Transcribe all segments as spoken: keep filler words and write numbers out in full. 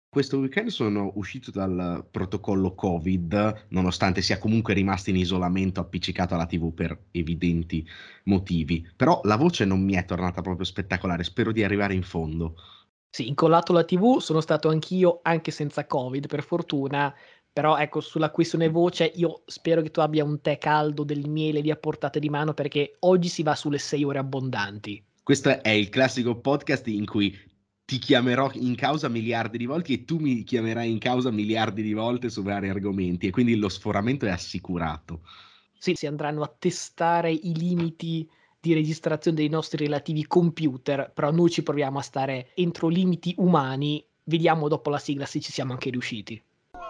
Questo weekend sono uscito dal protocollo Covid, nonostante sia comunque rimasto in isolamento appiccicato alla T V per evidenti motivi. Però la voce non mi è tornata proprio spettacolare, spero di arrivare in fondo. Sì, incollato alla T V sono stato anch'io, anche senza Covid per fortuna, però ecco sulla questione voce io spero che tu abbia un tè caldo, del miele lì a portata di mano perché oggi si va sulle sei ore abbondanti. Questo è il classico podcast in cui ti chiamerò in causa miliardi di volte e tu mi chiamerai in causa miliardi di volte su vari argomenti e quindi lo sforamento è assicurato. Sì, si andranno a testare i limiti di registrazione dei nostri relativi computer, però noi ci proviamo a stare entro limiti umani, vediamo dopo la sigla se ci siamo anche riusciti.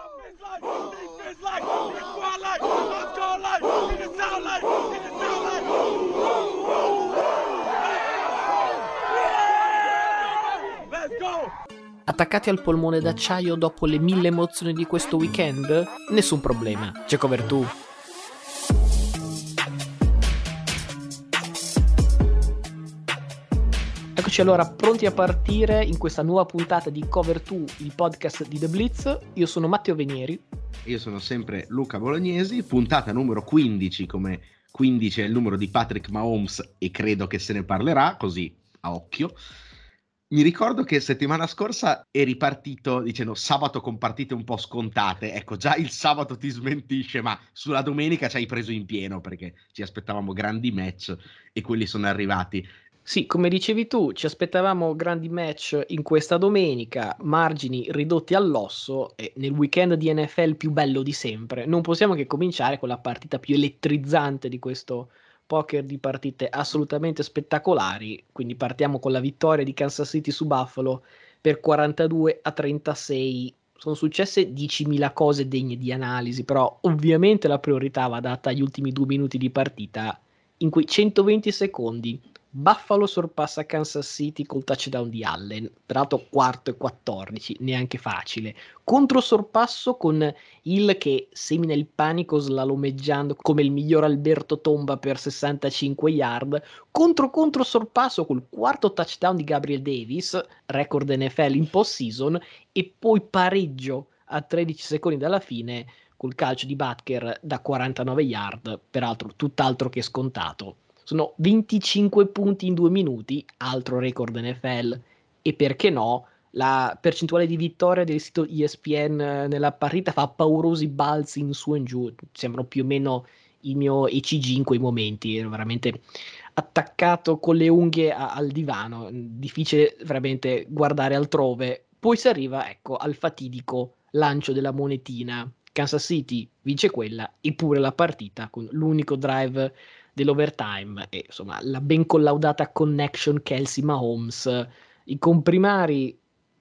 Attaccati al polmone d'acciaio dopo le mille emozioni di questo weekend? Nessun problema, c'è Cover due. Eccoci allora pronti a partire in questa nuova puntata di Cover due, il podcast di The Blitz. Io sono Matteo Venieri. Io sono sempre Luca Bolognesi, puntata numero quindici, come quindici è il numero di Patrick Mahomes e credo che se ne parlerà, così a occhio. Mi ricordo che settimana scorsa eri partito dicendo sabato con partite un po' scontate, ecco già il sabato ti smentisce, ma sulla domenica ci hai preso in pieno perché ci aspettavamo grandi match e quelli sono arrivati. Sì, come dicevi tu, ci aspettavamo grandi match in questa domenica, margini ridotti all'osso e nel weekend di N F L più bello di sempre. Non possiamo che cominciare con la partita più elettrizzante di questo poker di partite assolutamente spettacolari. Quindi partiamo con la vittoria di Kansas City su Buffalo per quarantadue a trentasei. Sono successe diecimila cose degne di analisi, però ovviamente la priorità va data agli ultimi due minuti di partita in cui centoventi secondi Buffalo sorpassa Kansas City col touchdown di Allen, peraltro quarto e quattordici, neanche facile. Controsorpasso con Hill che semina il panico slalomeggiando come il miglior Alberto Tomba per sessantacinque yard. Contro controsorpasso col quarto touchdown di Gabriel Davis, record N F L in post-season, e poi pareggio a tredici secondi dalla fine col calcio di Butker da quarantanove yard, peraltro tutt'altro che scontato. Sono venticinque punti in due minuti, altro record N F L, e perché no, la percentuale di vittoria del sito E S P N nella partita fa paurosi balzi in su e in giù, sembrano più o meno il mio E C G in quei momenti, ero veramente attaccato con le unghie a- al divano, difficile veramente guardare altrove. Poi si arriva, ecco, al fatidico lancio della monetina. Kansas City vince quella, eppure la partita con l'unico drive dell'overtime e insomma la ben collaudata connection Kelsey-Mahomes, i comprimari,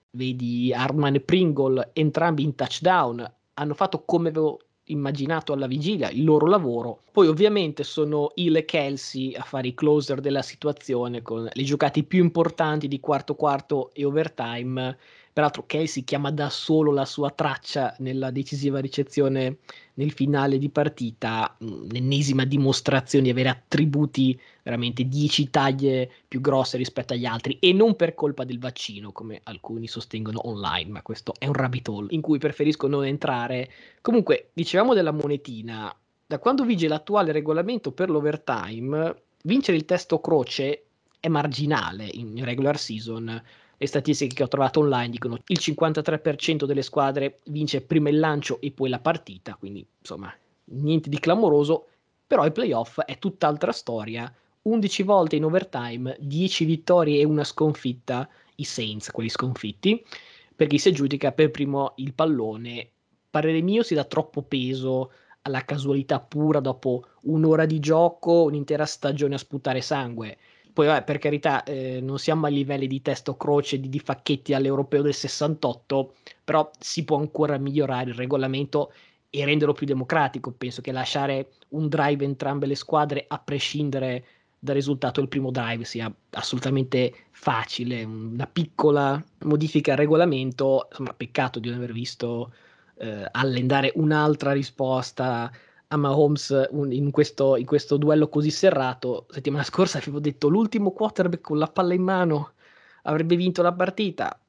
vedi Hardman e Pringle, entrambi in touchdown, hanno fatto come avevo immaginato alla vigilia il loro lavoro. Poi ovviamente sono Hill e Kelsey a fare i closer della situazione con le giocate più importanti di quarto quarto e overtime. Peraltro Kelsey chiama da solo la sua traccia nella decisiva ricezione nel finale di partita, l'ennesima dimostrazione di avere attributi veramente dieci taglie più grosse rispetto agli altri, e non per colpa del vaccino come alcuni sostengono online, ma questo è un rabbit hole in cui preferisco non entrare. Comunque dicevamo della monetina, da quando vige l'attuale regolamento per l'overtime vincere il testo croce è marginale in regular season. Le statistiche che ho trovato online dicono il cinquantatré per cento delle squadre vince prima il lancio e poi la partita, quindi insomma niente di clamoroso, però ai playoff è tutt'altra storia. undici volte in overtime, dieci vittorie e una sconfitta, i Saints, quelli sconfitti, per chi si aggiudica per primo il pallone. Parere mio si dà troppo peso alla casualità pura dopo un'ora di gioco, un'intera stagione a sputare sangue. Poi vabbè, per carità, eh, non siamo a livelli di testo croce di, di Facchetti all'Europeo del sessantotto, però si può ancora migliorare il regolamento e renderlo più democratico. Penso che lasciare un drive entrambe le squadre, a prescindere dal risultato del primo drive, sia assolutamente facile. Una piccola modifica al regolamento, insomma, peccato di non aver visto eh, Allen dare un'altra risposta a Mahomes un, in, questo, in questo duello così serrato. Settimana scorsa avevo detto l'ultimo quarterback con la palla in mano avrebbe vinto la partita.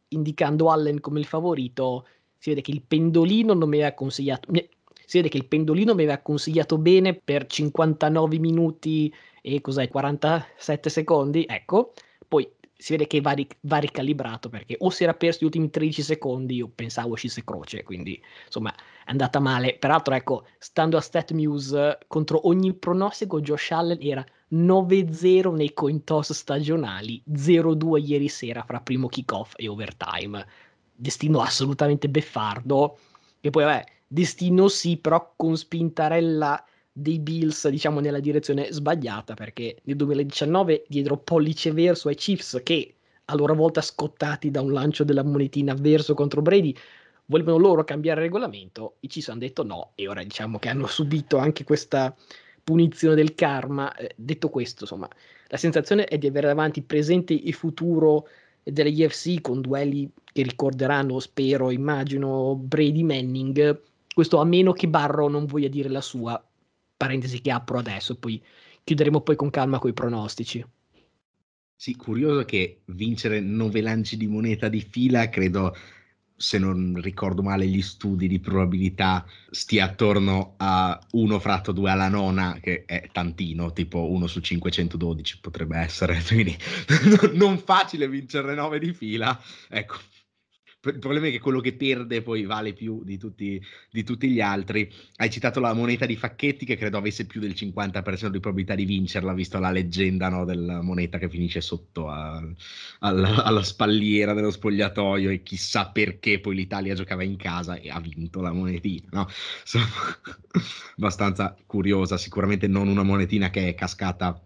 indicando Allen come il favorito, si vede che il pendolino non mi aveva consigliato, si vede che il pendolino mi aveva consigliato bene per cinquantanove minuti e cos'è, quarantasette secondi, ecco, poi si vede che va, ri- va ricalibrato, perché o si era perso gli ultimi tredici secondi, io pensavo uscisse croce, quindi insomma è andata male. Peraltro, ecco, stando a StatMuse, contro ogni pronostico Josh Allen era nove zero nei coin toss stagionali, zero due ieri sera fra primo kickoff e overtime. Destino assolutamente beffardo, e poi vabbè, destino sì, però con spintarella dei Bills, diciamo, nella direzione sbagliata, perché nel duemiladiciannove diedero pollice verso ai Chiefs, che a loro volta, scottati da un lancio della monetina verso contro Brady, volevano loro cambiare il regolamento. I Chiefs hanno detto no, e ora diciamo che hanno subito anche questa punizione del karma. Eh, detto questo, insomma, la sensazione è di avere davanti presente e futuro delle I F C, con duelli che ricorderanno, spero, immagino, Brady Manning. Questo a meno che Barrow non voglia dire la sua, parentesi che apro adesso, poi chiuderemo poi con calma coi pronostici. Sì, curioso che vincere nove lanci di moneta di fila, credo, se non ricordo male gli studi di probabilità, stia attorno a uno fratto due alla nona, che è tantino, tipo uno su cinquecentododici potrebbe essere, quindi non facile vincere nove di fila, ecco. Il problema è che quello che perde poi vale più di tutti, di tutti gli altri. Hai citato la moneta di Facchetti, che credo avesse più del cinquanta per cento di probabilità di vincerla, visto la leggenda, no, della moneta che finisce sotto a, alla, alla spalliera dello spogliatoio, e chissà perché poi l'Italia giocava in casa e ha vinto la monetina, no? Insomma, abbastanza curiosa, sicuramente non una monetina che è cascata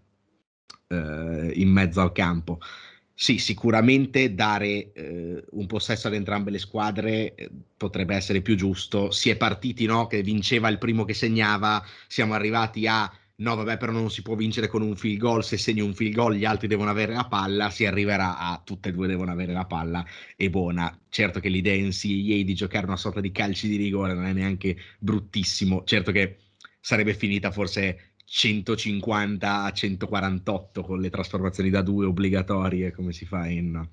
eh, in mezzo al campo. Sì, sicuramente dare eh, un possesso ad entrambe le squadre eh, potrebbe essere più giusto. Si è partiti, no, che vinceva il primo che segnava, siamo arrivati a no, vabbè, però non si può vincere con un field goal, se segni un field goal gli altri devono avere la palla, si arriverà a tutte e due devono avere la palla, e buona. Certo che l'idea in N C A A di giocare una sorta di calci di rigore non è neanche bruttissimo, certo che sarebbe finita forse centocinquanta a centoquarantotto con le trasformazioni da due obbligatorie come si fa in,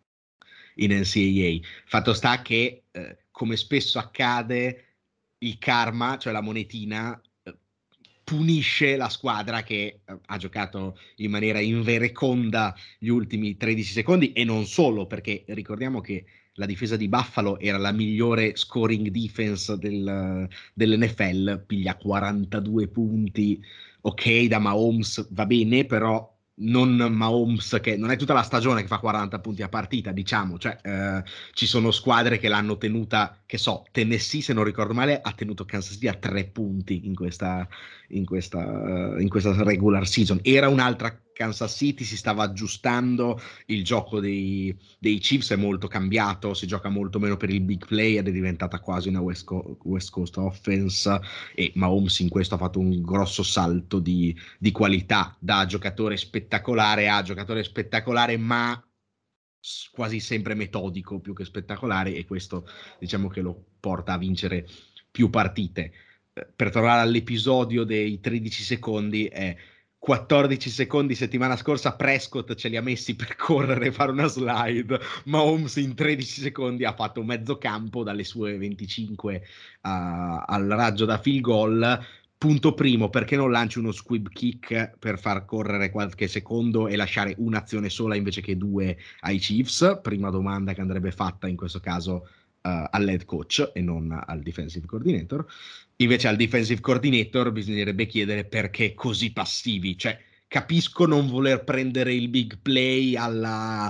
in N C A A. Fatto sta che, eh, come spesso accade, il karma, cioè la monetina, eh, punisce la squadra che eh, ha giocato in maniera invereconda gli ultimi tredici secondi, e non solo, perché ricordiamo che la difesa di Buffalo era la migliore scoring defense del, dell'N F L, piglia quarantadue punti, ok, da Mahomes va bene, però non Mahomes, che non è tutta la stagione che fa quaranta punti a partita, diciamo, cioè eh, ci sono squadre che l'hanno tenuta, che so, Tennessee, se non ricordo male, ha tenuto Kansas City a tre punti in questa, in questa, in questa regular season. Era un'altra Kansas City, si stava aggiustando, il gioco dei, dei Chiefs è molto cambiato, si gioca molto meno per il big play ed è diventata quasi una West, Co- West Coast offense, e Mahomes in questo ha fatto un grosso salto di, di qualità, da giocatore spettacolare a giocatore spettacolare, ma quasi sempre metodico più che spettacolare, e questo diciamo che lo porta a vincere più partite. Per tornare all'episodio dei tredici secondi, è quattordici secondi settimana scorsa Prescott ce li ha messi per correre e fare una slide, Mahomes in tredici secondi ha fatto mezzo campo dalle sue venticinque uh, al raggio da field goal. Punto primo, perché non lanci uno squib kick per far correre qualche secondo e lasciare un'azione sola invece che due ai Chiefs? Prima domanda che andrebbe fatta in questo caso uh, all'head coach e non al defensive coordinator. Invece al defensive coordinator bisognerebbe chiedere perché così passivi, cioè capisco non voler prendere il big play alla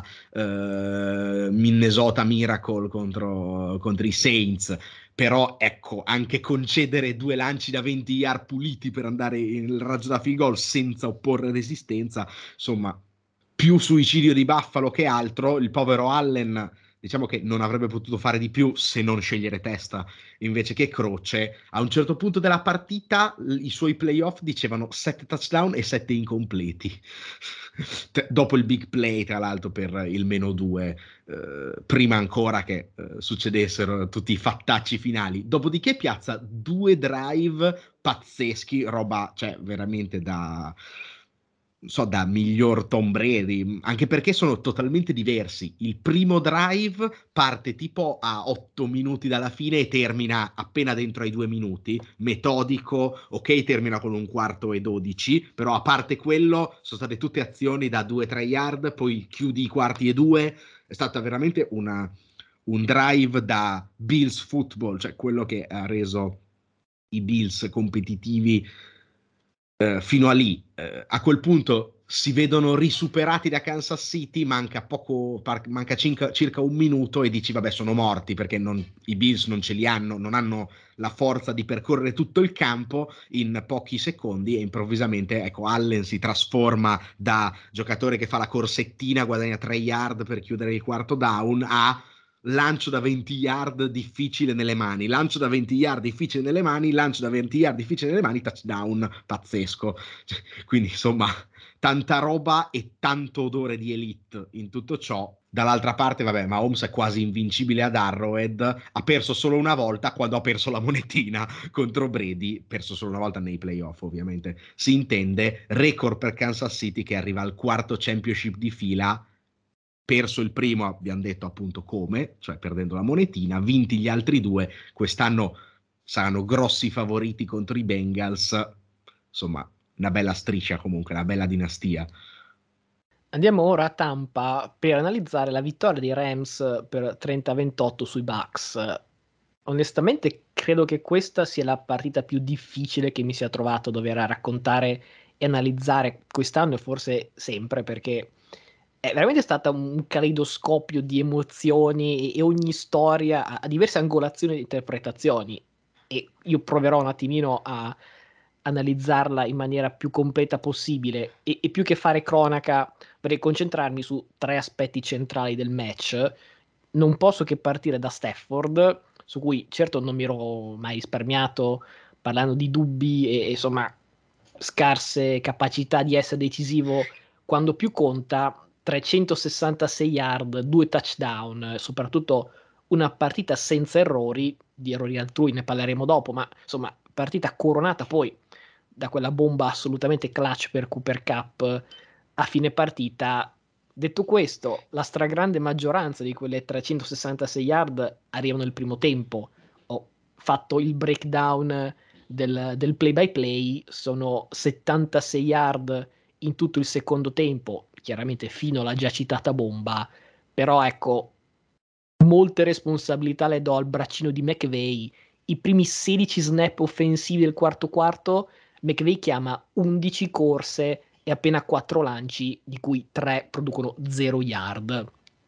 uh, Minnesota Miracle contro, contro i Saints, però ecco, anche concedere due lanci da venti yard puliti per andare nel raggio da field goal senza opporre resistenza, insomma, più suicidio di Buffalo che altro. Il povero Allen, diciamo che non avrebbe potuto fare di più se non scegliere testa invece che croce. A un certo punto della partita i suoi playoff dicevano sette touchdown e sette incompleti. Dopo il big play, tra l'altro, per il meno due, eh, prima ancora che eh, succedessero tutti i fattacci finali. Dopodiché piazza due drive pazzeschi, roba, cioè, veramente da so, da miglior Tom Brady, anche perché sono totalmente diversi. Il primo drive parte tipo a otto minuti dalla fine e termina appena dentro ai due minuti, metodico, ok, termina con un quarto e dodici, però a parte quello sono state tutte azioni da due tre yard, poi chiudi i quarti e due, è stata veramente una, un drive da Bills football, cioè quello che ha reso i Bills competitivi eh, fino a lì. Eh, a quel punto si vedono risuperati da Kansas City, manca poco, par- manca cinca- circa un minuto e dici vabbè sono morti perché non, i Bills non ce li hanno, non hanno la forza di percorrere tutto il campo in pochi secondi e improvvisamente ecco Allen si trasforma da giocatore che fa la corsettina, guadagna tre yard per chiudere il quarto down a lancio da venti yard difficile nelle mani, lancio da venti yard difficile nelle mani, lancio da venti yard difficile nelle mani, touchdown pazzesco. Cioè, quindi insomma, tanta roba e tanto odore di elite in tutto ciò. Dall'altra parte, vabbè, Mahomes è quasi invincibile ad Arrowhead, ha perso solo una volta quando ha perso la monetina contro Brady, perso solo una volta nei playoff ovviamente, si intende, record per Kansas City che arriva al quarto championship di fila, perso il primo, abbiamo detto appunto come, cioè perdendo la monetina, vinti gli altri due, quest'anno saranno grossi favoriti contro i Bengals, insomma una bella striscia comunque, una bella dinastia. Andiamo ora a Tampa per analizzare la vittoria dei Rams per trenta a ventotto sui Bucks. Onestamente credo che questa sia la partita più difficile che mi sia trovato a dover raccontare e analizzare quest'anno e forse sempre, perché è veramente stata un caleidoscopio di emozioni e, e ogni storia ha, ha diverse angolazioni e interpretazioni e io proverò un attimino a analizzarla in maniera più completa possibile e, e più che fare cronaca vorrei concentrarmi su tre aspetti centrali del match. Non posso che partire da Stafford, su cui certo non mi ero mai risparmiato parlando di dubbi e, e, insomma scarse capacità di essere decisivo quando più conta. trecentosessantasei yard, due touchdown, soprattutto una partita senza errori, di errori altrui ne parleremo dopo, ma insomma partita coronata poi da quella bomba assolutamente clutch per Cooper Cup a fine partita. Detto questo, la stragrande maggioranza di quelle trecentosessantasei yard arrivano nel primo tempo. Ho fatto il breakdown del, del play by play, sono settantasei yard in tutto il secondo tempo, chiaramente fino alla già citata bomba, però ecco, molte responsabilità le do al braccino di McVay. I primi sedici snap offensivi del quarto quarto, McVay chiama undici corse e appena quattro lanci, di cui tre producono zero yard.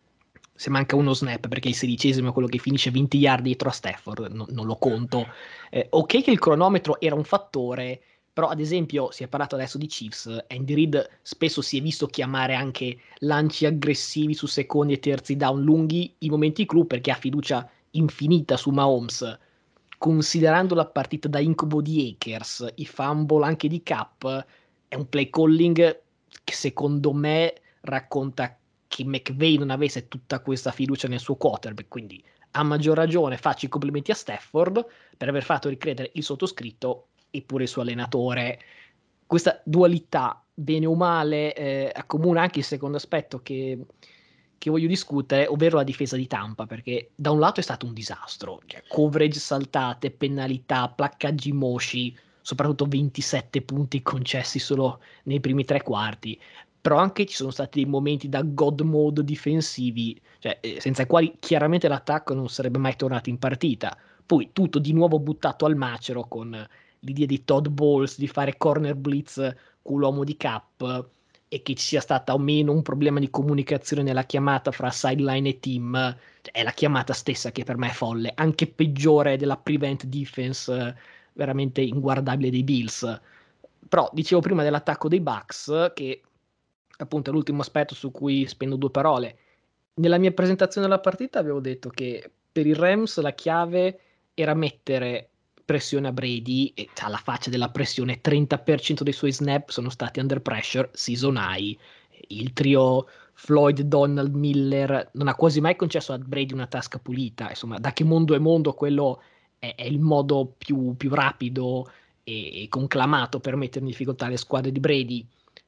Se manca uno snap, perché il sedicesimo è quello che finisce venti yard dietro a Stafford, no- non lo conto. Eh, ok che il cronometro era un fattore, però ad esempio si è parlato adesso di Chiefs, Andy Reid spesso si è visto chiamare anche lanci aggressivi su secondi e terzi down lunghi in momenti clou perché ha fiducia infinita su Mahomes. Considerando la partita da incubo di Akers, i fumble anche di Cup, è un play calling che secondo me racconta che McVay non avesse tutta questa fiducia nel suo quarterback, quindi a maggior ragione faccio i complimenti a Stafford per aver fatto ricredere il sottoscritto e pure il suo allenatore. Questa dualità, bene o male, eh, accomuna anche il secondo aspetto che, che voglio discutere, ovvero la difesa di Tampa, perché da un lato è stato un disastro, cioè coverage saltate, penalità, placcaggi mosci, soprattutto ventisette punti concessi solo nei primi tre quarti, però anche ci sono stati dei momenti da god mode difensivi, cioè, eh, senza i quali chiaramente l'attacco non sarebbe mai tornato in partita. Poi tutto di nuovo buttato al macero con l'idea di Todd Bowles di fare corner blitz con l'uomo di Cap e che ci sia stato o meno un problema di comunicazione nella chiamata fra sideline e team, cioè, è la chiamata stessa che per me è folle, anche peggiore della prevent defense eh, veramente inguardabile dei Bills. Però dicevo prima dell'attacco dei Bucks, che appunto è l'ultimo aspetto su cui spendo due parole. Nella mia presentazione della partita avevo detto che per i Rams la chiave era mettere pressione a Brady e alla faccia della pressione trenta per cento dei suoi snap sono stati under pressure, season high. Il trio Floyd, Donald, Miller non ha quasi mai concesso a Brady una tasca pulita. Insomma, da che mondo è mondo, quello è, è il modo più, più rapido e, e conclamato per mettere in difficoltà le squadre di Brady.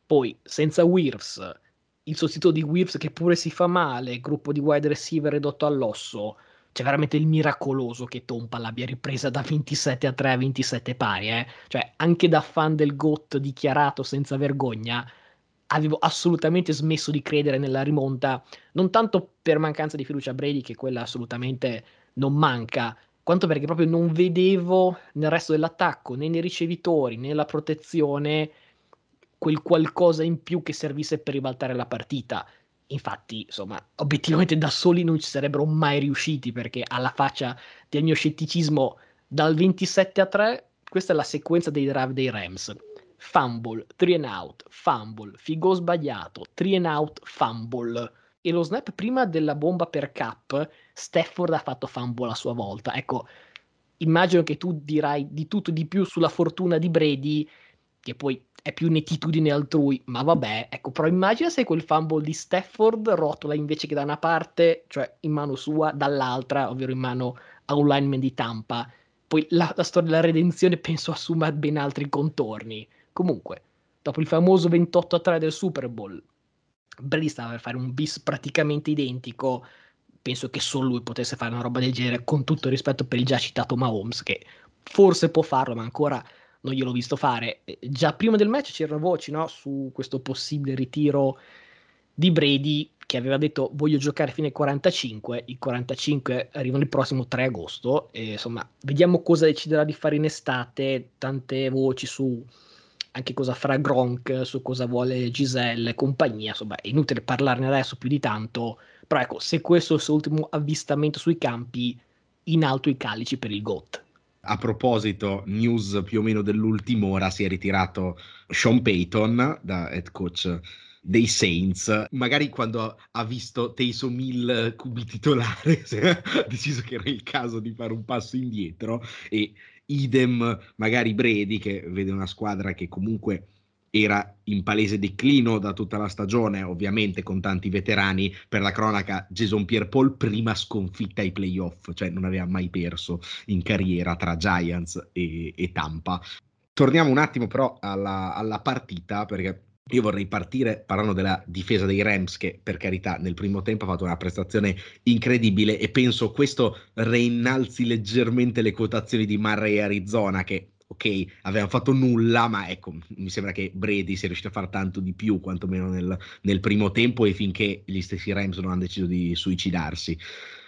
Poi senza Wirfs, il sostituto di Wirfs che pure si fa male, gruppo di wide receiver ridotto all'osso, c'è veramente il miracoloso che Tompa l'abbia ripresa da ventisette a tre a ventisette pari, eh. Cioè anche da fan del GOAT dichiarato senza vergogna, avevo assolutamente smesso di credere nella rimonta, non tanto per mancanza di fiducia a Brady, che quella assolutamente non manca, quanto perché proprio non vedevo nel resto dell'attacco, né nei ricevitori, né nella protezione, quel qualcosa in più che servisse per ribaltare la partita. Infatti, insomma, obiettivamente da soli non ci sarebbero mai riusciti, perché alla faccia del mio scetticismo, dal ventisette a tre, questa è la sequenza dei drive dei Rams. Fumble, three and out, fumble, figo sbagliato, three and out, fumble. E lo snap prima della bomba per Cup, Stafford ha fatto fumble a sua volta. Ecco, immagino che tu dirai di tutto e di più sulla fortuna di Brady, che poi è più un'attitudine altrui, ma vabbè, ecco, però immagina se quel fumble di Stafford rotola invece che da una parte, cioè in mano sua, dall'altra, ovvero in mano a un lineman di Tampa. Poi la, la storia della redenzione penso assuma ben altri contorni. Comunque, dopo il famoso ventotto a tre del Super Bowl, Brady stava per fare un bis praticamente identico. Penso che solo lui potesse fare una roba del genere, con tutto il rispetto per il già citato Mahomes, che forse può farlo, ma ancora non gliel'ho visto fare. Eh, Già prima del match c'erano voci, no, su questo possibile ritiro di Brady, che aveva detto voglio giocare fino ai quarantacinque. I quarantacinque arrivano il prossimo tre agosto. E, insomma, vediamo cosa deciderà di fare in estate. Tante voci su anche cosa farà Gronk, su cosa vuole Giselle e compagnia. Insomma, è inutile parlarne adesso più di tanto. Però ecco, se questo è il suo ultimo avvistamento sui campi, in alto i calici per il GOAT. A proposito, news più o meno dell'ultima ora, si è ritirato Sean Payton da head coach dei Saints. Magari quando ha visto Taysom Hill Q B titolare ha deciso che era il caso di fare un passo indietro, e idem magari Brady, che vede una squadra che comunque era in palese declino da tutta la stagione, ovviamente con tanti veterani. Per la cronaca, Jason Pierre-Paul prima sconfitta ai playoff, cioè non aveva mai perso in carriera tra Giants e, e Tampa. Torniamo un attimo però alla, alla partita, perché io vorrei partire parlando della difesa dei Rams, che per carità nel primo tempo ha fatto una prestazione incredibile, e penso questo reinnalzi leggermente le quotazioni di Murray e Arizona, che ok, avevano fatto nulla, ma ecco, mi sembra che Brady sia riuscito a fare tanto di più, quantomeno nel, nel primo tempo, e finché gli stessi Rams non hanno deciso di suicidarsi.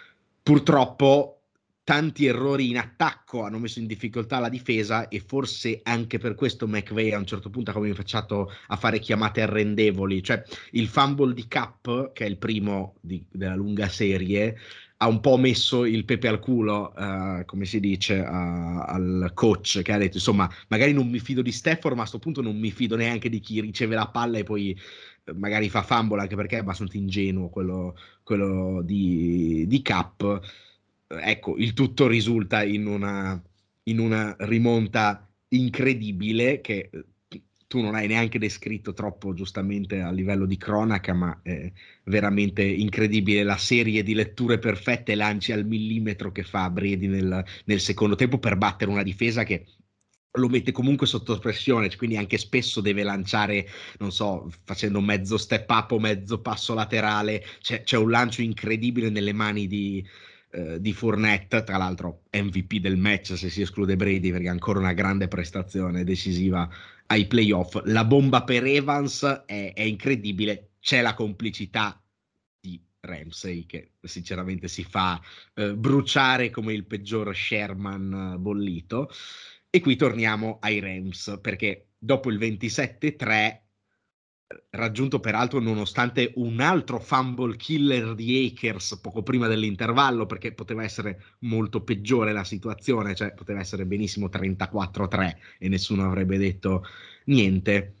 Purtroppo tanti errori in attacco hanno messo in difficoltà la difesa, e forse anche per questo McVay a un certo punto ha cominciato a fare chiamate arrendevoli. Cioè il fumble di Cup, che è il primo di, della lunga serie, ha un po' messo il pepe al culo, uh, come si dice, uh, al coach, che ha detto insomma magari non mi fido di Stafford, ma a sto punto non mi fido neanche di chi riceve la palla e poi uh, magari fa fumble, anche perché è abbastanza ingenuo quello, quello di, di Cup. Ecco, il tutto risulta in una, in una rimonta incredibile, che tu non hai neanche descritto troppo giustamente a livello di cronaca, ma è veramente incredibile la serie di letture perfette e lanci al millimetro che fa Brady nel, nel secondo tempo per battere una difesa che lo mette comunque sotto pressione, quindi anche spesso deve lanciare, non so, facendo mezzo step up o mezzo passo laterale. C'è, c'è un lancio incredibile nelle mani di, eh, di Fournette, tra l'altro M V P del match se si esclude Brady, perché è ancora una grande prestazione decisiva ai playoff. La bomba per Evans è, è incredibile, c'è la complicità di Ramsey, che sinceramente si fa eh, bruciare come il peggior Sherman bollito. E qui torniamo ai Rams, perché dopo il ventisette tre, raggiunto peraltro nonostante un altro fumble killer di Akers poco prima dell'intervallo, perché poteva essere molto peggiore la situazione, cioè poteva essere benissimo trentaquattro a tre e nessuno avrebbe detto niente.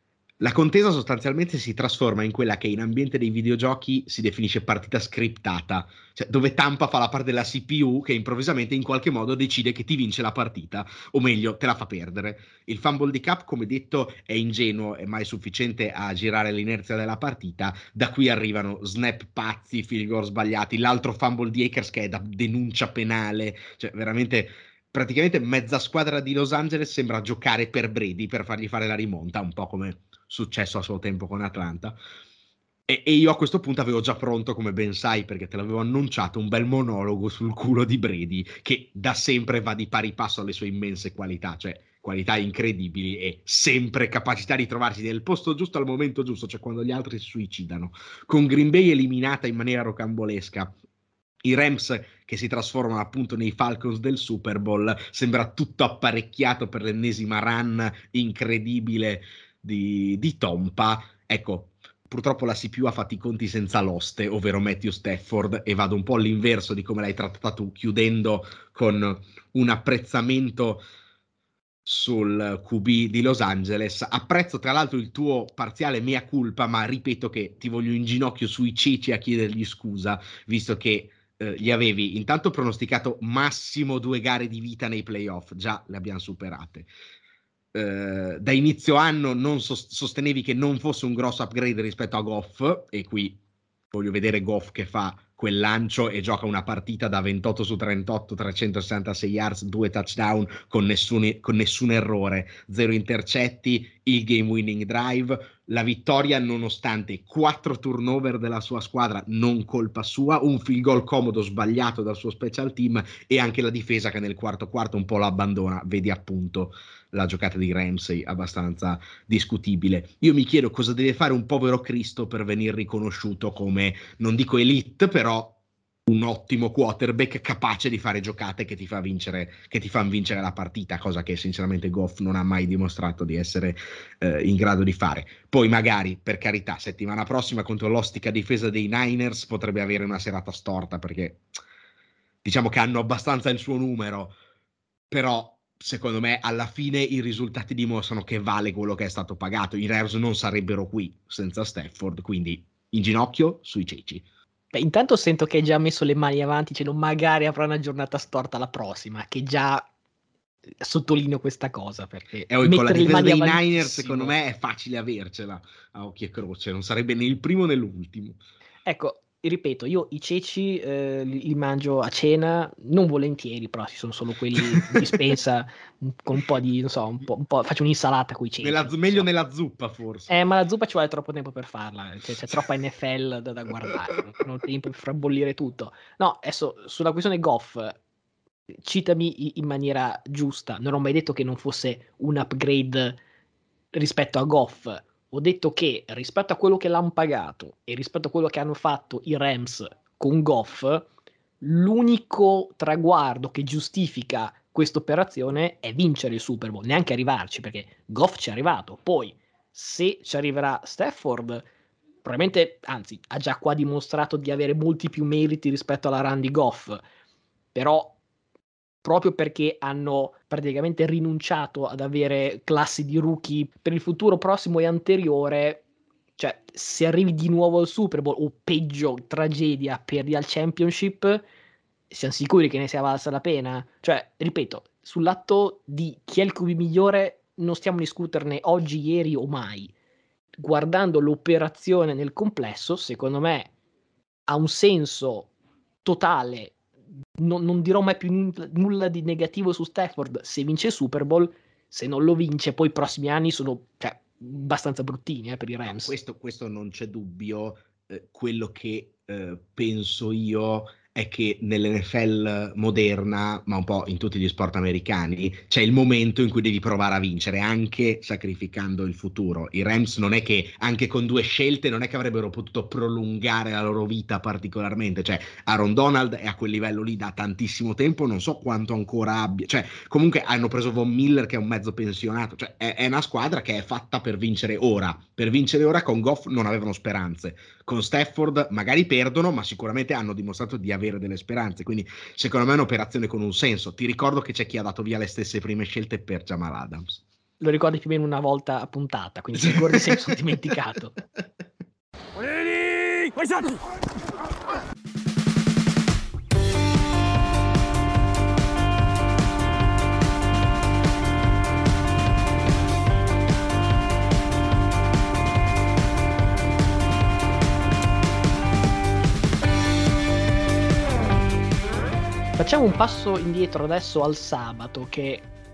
La contesa sostanzialmente si trasforma in quella che in ambiente dei videogiochi si definisce partita scriptata, cioè dove Tampa fa la parte della C P U che improvvisamente in qualche modo decide che ti vince la partita, o meglio, te la fa perdere. Il fumble di Cup, come detto, è ingenuo e mai sufficiente a girare l'inerzia della partita. Da qui arrivano snap pazzi, field goal sbagliati, l'altro fumble di Akers che è da denuncia penale, cioè veramente praticamente mezza squadra di Los Angeles sembra giocare per Brady per fargli fare la rimonta, un po' come successo a suo tempo con Atlanta. E, e io a questo punto avevo già pronto, come ben sai, perché te l'avevo annunciato, un bel monologo sul culo di Brady, che da sempre va di pari passo alle sue immense qualità, cioè qualità incredibili e sempre capacità di trovarsi nel posto giusto al momento giusto, cioè quando gli altri si suicidano. Con Green Bay eliminata in maniera rocambolesca, i Rams che si trasformano appunto nei Falcons del Super Bowl, sembra tutto apparecchiato per l'ennesima run incredibile di, di Tompa. Ecco, purtroppo la C P U ha fatto i conti senza l'oste, ovvero Matthew Stafford, e vado un po' all'inverso di come l'hai trattato tu, chiudendo con un apprezzamento sul Q B di Los Angeles. Apprezzo tra l'altro il tuo parziale mea culpa, ma ripeto che ti voglio in ginocchio sui ceci a chiedergli scusa, visto che eh, gli avevi intanto pronosticato massimo due gare di vita nei playoff, già le abbiamo superate. Uh, da inizio anno non sost- sostenevi che non fosse un grosso upgrade rispetto a Goff, e qui voglio vedere Goff che fa quel lancio e gioca una partita da ventotto su trentotto, trecentosessantasei yards, due touchdown con nessun, con nessun errore, zero intercetti, il game winning drive, la vittoria nonostante quattro turnover della sua squadra, non colpa sua, un field goal comodo sbagliato dal suo special team e anche la difesa che nel quarto quarto un po' lo abbandona. Vedi appunto la giocata di Ramsey abbastanza discutibile. Io mi chiedo cosa deve fare un povero Cristo per venire riconosciuto come, non dico elite, però un ottimo quarterback capace di fare giocate che ti fa vincere, che ti fanno vincere la partita, cosa che sinceramente Goff non ha mai dimostrato di essere eh, in grado di fare. Poi magari, per carità, settimana prossima contro l'ostica difesa dei Niners potrebbe avere una serata storta, perché diciamo che hanno abbastanza il suo numero, però secondo me alla fine i risultati dimostrano che vale quello che è stato pagato. I Rams non sarebbero qui senza Stafford, quindi in ginocchio sui ceci. Beh, intanto sento che hai già messo le mani avanti, cioè non magari avrà una giornata storta la prossima, che già sottolineo questa cosa, perché e con la difesa dei avantissimo. Niners secondo me è facile avercela a occhio e croce, non sarebbe né il primo né l'ultimo. Ecco, ripeto, io i ceci eh, li, li mangio a cena, non volentieri, però ci sono solo quelli in dispensa con un po' di, non so, un po', un po' faccio un'insalata con i ceci. Nella, meglio so. Nella zuppa forse. Eh, ma la zuppa ci vuole troppo tempo per farla, cioè, c'è troppa N F L da, da guardare, non ho tempo per far bollire tutto. No, adesso sulla questione Goff, citami in maniera giusta, non ho mai detto che non fosse un upgrade rispetto a Goff. Ho detto che rispetto a quello che l'hanno pagato e rispetto a quello che hanno fatto i Rams con Goff, l'unico traguardo che giustifica questa operazione è vincere il Super Bowl, neanche arrivarci, perché Goff ci è arrivato. Poi, se ci arriverà Stafford, probabilmente, anzi, ha già qua dimostrato di avere molti più meriti rispetto alla run di Goff, però proprio perché hanno praticamente rinunciato ad avere classi di rookie per il futuro prossimo e anteriore, cioè se arrivi di nuovo al Super Bowl o peggio, tragedia, perdi al Championship, siamo sicuri che ne sia valsa la pena? Cioè, ripeto, sull'atto di chi è il Q B migliore non stiamo a discuterne oggi, ieri o mai. Guardando l'operazione nel complesso, secondo me ha un senso totale. Non, non dirò mai più nulla, nulla di negativo su Stafford se vince il Super Bowl. Se non lo vince, poi i prossimi anni sono cioè, abbastanza bruttini eh, per i Rams. No, questo, questo non c'è dubbio. Eh, quello che eh, penso io è che nell'N F L moderna, ma un po' in tutti gli sport americani, c'è il momento in cui devi provare a vincere, anche sacrificando il futuro. I Rams non è che, anche con due scelte, non è che avrebbero potuto prolungare la loro vita particolarmente. Cioè, Aaron Donald è a quel livello lì da tantissimo tempo, non so quanto ancora abbia. Cioè, comunque hanno preso Von Miller, che è un mezzo pensionato. Cioè, è, è una squadra che è fatta per vincere ora. Per vincere ora con Goff non avevano speranze. Con Stafford magari perdono, ma sicuramente hanno dimostrato di avere delle speranze, quindi secondo me è un'operazione con un senso. Ti ricordo che c'è chi ha dato via le stesse prime scelte per Jamal Adams. Lo ricordi più o meno una volta a puntata, quindi ti ricordi se mi sono dimenticato. Facciamo un passo indietro adesso al sabato, che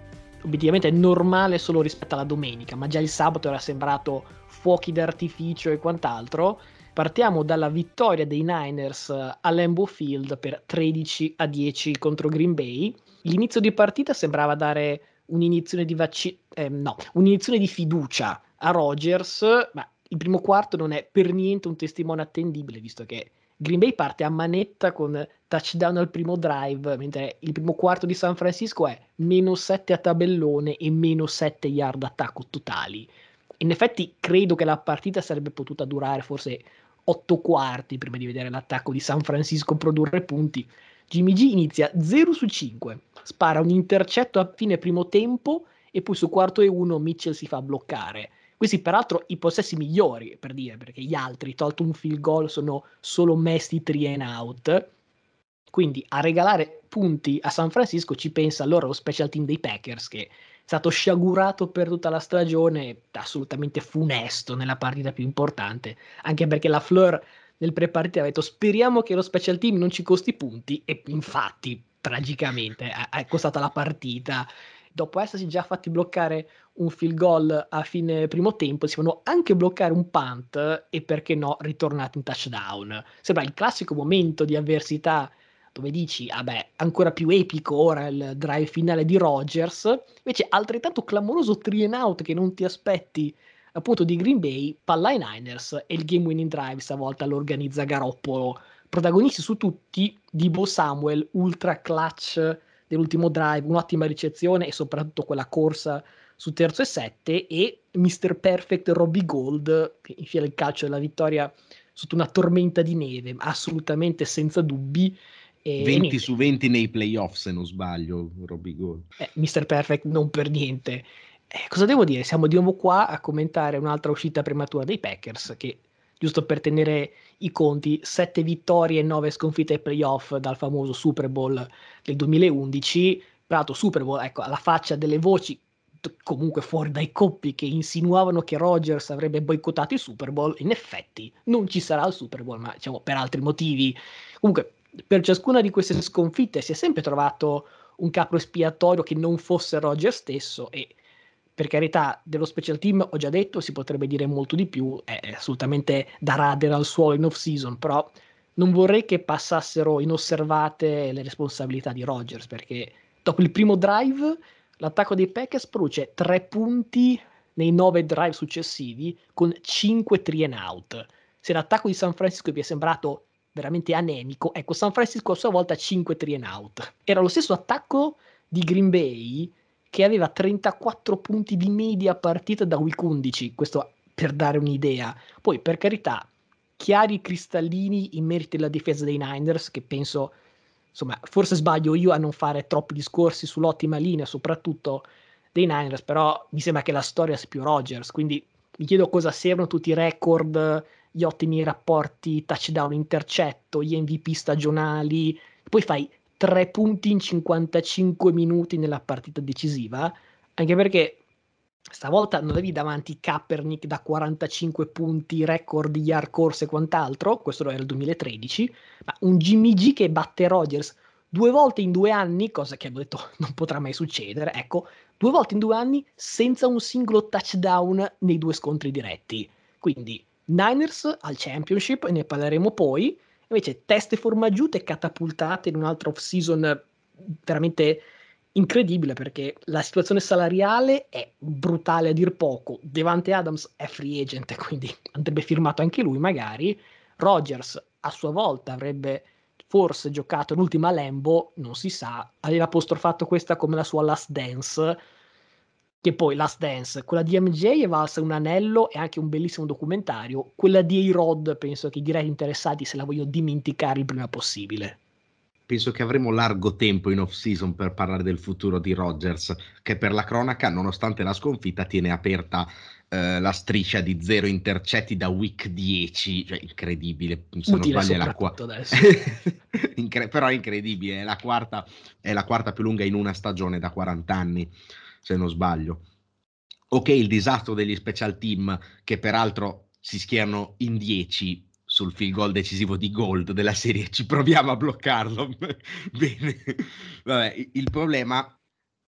obiettivamente è normale solo rispetto alla domenica, ma già il sabato era sembrato fuochi d'artificio e quant'altro. Partiamo dalla vittoria dei Niners a Lambeau Field per tredici a dieci contro Green Bay. L'inizio di partita sembrava dare un'iniezione di vaci- eh, no, un'iniezione di fiducia a Rodgers, ma il primo quarto non è per niente un testimone attendibile, visto che Green Bay parte a manetta con touchdown al primo drive, mentre il primo quarto di San Francisco è meno sette a tabellone e meno sette yard attacco totali. In effetti credo che la partita sarebbe potuta durare forse otto quarti prima di vedere l'attacco di San Francisco produrre punti. Jimmy G inizia zero su cinque, spara un intercetto a fine primo tempo e poi su quarto e uno Mitchell si fa bloccare. Questi peraltro i possessi migliori, per dire, perché gli altri, tolto un field goal, sono solo messi three and out. Quindi a regalare punti a San Francisco ci pensa allora lo special team dei Packers, che è stato sciagurato per tutta la stagione, assolutamente funesto nella partita più importante, anche perché la Fleur nel pre-partita ha detto speriamo che lo special team non ci costi punti, e infatti tragicamente è costata la partita. Dopo essersi già fatti bloccare un field goal a fine primo tempo, si fanno anche bloccare un punt e perché no ritornati in touchdown. Sembra il classico momento di avversità dove dici, vabbè, ancora più epico ora il drive finale di Rodgers, invece altrettanto clamoroso three and out che non ti aspetti appunto di Green Bay, palla ai Niners e il game winning drive stavolta lo organizza Garoppolo. Protagonisti su tutti, Deebo Samuel, ultra clutch dell'ultimo drive, un'ottima ricezione e soprattutto quella corsa su terzo e sette, e mister Perfect Robbie Gould che infila il calcio della vittoria sotto una tormenta di neve, assolutamente senza dubbi. E, e venti niente, su venti nei playoff, se non sbaglio, Robbie Gould. eh, mister Perfect non per niente. Eh, cosa devo dire? Siamo di nuovo qua a commentare un'altra uscita prematura dei Packers che, giusto per tenere i conti, sette vittorie e nove sconfitte ai playoff dal famoso Super Bowl del duemilaundici. Prato Super Bowl, ecco, alla faccia delle voci t- comunque fuori dai coppi che insinuavano che Rodgers avrebbe boicottato il Super Bowl. In effetti non ci sarà il Super Bowl, ma diciamo per altri motivi. Comunque, per ciascuna di queste sconfitte si è sempre trovato un capo espiatorio che non fosse Roger stesso, e per carità dello special team ho già detto, si potrebbe dire molto di più, è assolutamente da radere al suolo in off season, però non vorrei che passassero inosservate le responsabilità di Rodgers, perché dopo il primo drive l'attacco dei Packers produce tre punti nei nove drive successivi con cinque three and out. Se l'attacco di San Francisco vi è sembrato veramente anemico, ecco, San Francisco a sua volta cinque three and out. Era lo stesso attacco di Green Bay che aveva trentaquattro punti di media a partita da week undici, questo per dare un'idea. Poi, per carità, chiari cristallini in merito alla difesa dei Niners, che penso, insomma, forse sbaglio io a non fare troppi discorsi sull'ottima linea, soprattutto dei Niners, però mi sembra che la storia sia più Rodgers, quindi mi chiedo cosa servono tutti i record, gli ottimi rapporti touchdown intercetto, gli M V P stagionali, poi fai tre punti in cinquantacinque minuti nella partita decisiva, anche perché stavolta non avevi davanti Kaepernick da quarantacinque punti, record di yard corse e quant'altro, questo era il duemilatredici, ma un Jimmy G che batte Rodgers due volte in due anni, cosa che abbiamo detto non potrà mai succedere, ecco, due volte in due anni senza un singolo touchdown nei due scontri diretti. Quindi Niners al championship, e ne parleremo poi, invece teste formaggiute catapultate in un'altra off-season veramente incredibile, perché la situazione salariale è brutale a dir poco. Devante Adams è free agent, quindi andrebbe firmato anche lui magari. Rodgers a sua volta avrebbe forse giocato l'ultima Lambo, non si sa, aveva apostrofato questa come la sua last dance, che poi Last Dance, quella di M J è valsa un anello e anche un bellissimo documentario, quella di A-Rod penso che i direi interessati se la voglio dimenticare il prima possibile. Penso che avremo largo tempo in off-season per parlare del futuro di Rodgers, che per la cronaca, nonostante la sconfitta, tiene aperta eh, la striscia di zero intercetti da week dieci, cioè incredibile, se non Utile sbaglio è la soprattutto quarta, adesso. Incre- però è incredibile, è la quarta, è la quarta più lunga in una stagione da quaranta anni, se non sbaglio. Ok, il disastro degli special team, che peraltro si schierano in dieci sul field goal decisivo di Gold della serie, ci proviamo a bloccarlo. Bene, vabbè, il problema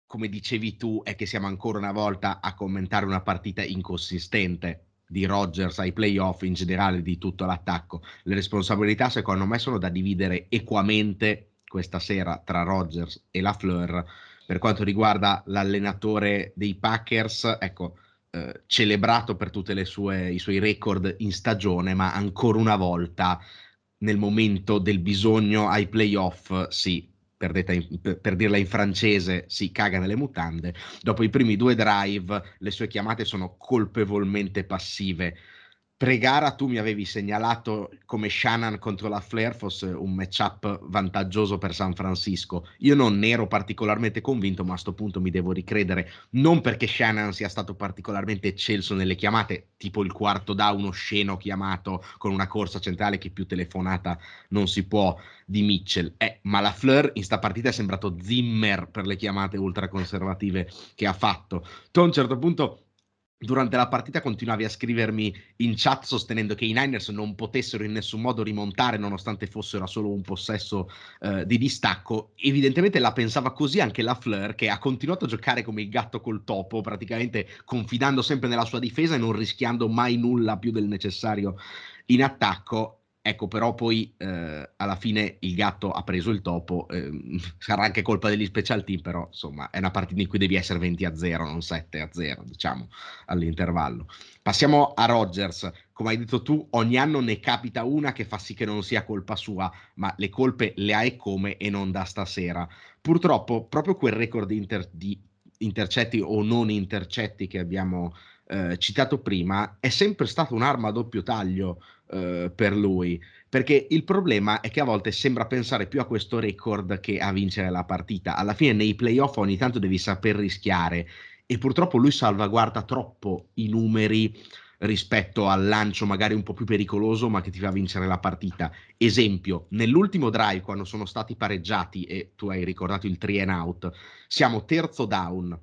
come dicevi tu, è che siamo ancora una volta a commentare una partita inconsistente di Rodgers ai playoff, in generale di tutto l'attacco. Le responsabilità secondo me sono da dividere equamente questa sera tra Rodgers e LaFleur. Per quanto riguarda l'allenatore dei Packers, ecco, eh, celebrato per tutti i suoi record in stagione, ma ancora una volta nel momento del bisogno ai playoff sì, per, in, per, per dirla in francese, si caga nelle mutande. Dopo i primi due drive le sue chiamate sono colpevolmente passive. Pre-gara tu mi avevi segnalato come Shannon contro la Flair fosse un matchup vantaggioso per San Francisco. Io non ne ero particolarmente convinto, ma a sto punto mi devo ricredere, non perché Shannon sia stato particolarmente eccelso nelle chiamate, tipo il quarto down osceno chiamato con una corsa centrale che più telefonata non si può di Mitchell, eh, ma la Fleur in sta partita è sembrato Zimmer per le chiamate ultraconservative che ha fatto. Tu a un certo punto durante la partita continuavi a scrivermi in chat sostenendo che i Niners non potessero in nessun modo rimontare nonostante fossero a solo un possesso eh, di distacco. Evidentemente la pensava così anche la Fleur, che ha continuato a giocare come il gatto col topo, praticamente confidando sempre nella sua difesa e non rischiando mai nulla più del necessario in attacco. Ecco, però poi eh, alla fine il gatto ha preso il topo, eh, sarà anche colpa degli special team, però insomma è una partita in cui devi essere venti a zero, non sette a zero, diciamo, all'intervallo. Passiamo a Rodgers. Come hai detto tu, ogni anno ne capita una che fa sì che non sia colpa sua, ma le colpe le ha e come e non da stasera. Purtroppo proprio quel record di, inter- di intercetti o non intercetti che abbiamo eh, citato prima è sempre stata un'arma a doppio taglio eh, per lui, perché il problema è che a volte sembra pensare più a questo record che a vincere la partita. Alla fine nei playoff ogni tanto devi saper rischiare e purtroppo lui salvaguarda troppo i numeri rispetto al lancio magari un po' più pericoloso ma che ti fa vincere la partita. Esempio, nell'ultimo drive quando sono stati pareggiati e tu hai ricordato il three and out, siamo terzo down,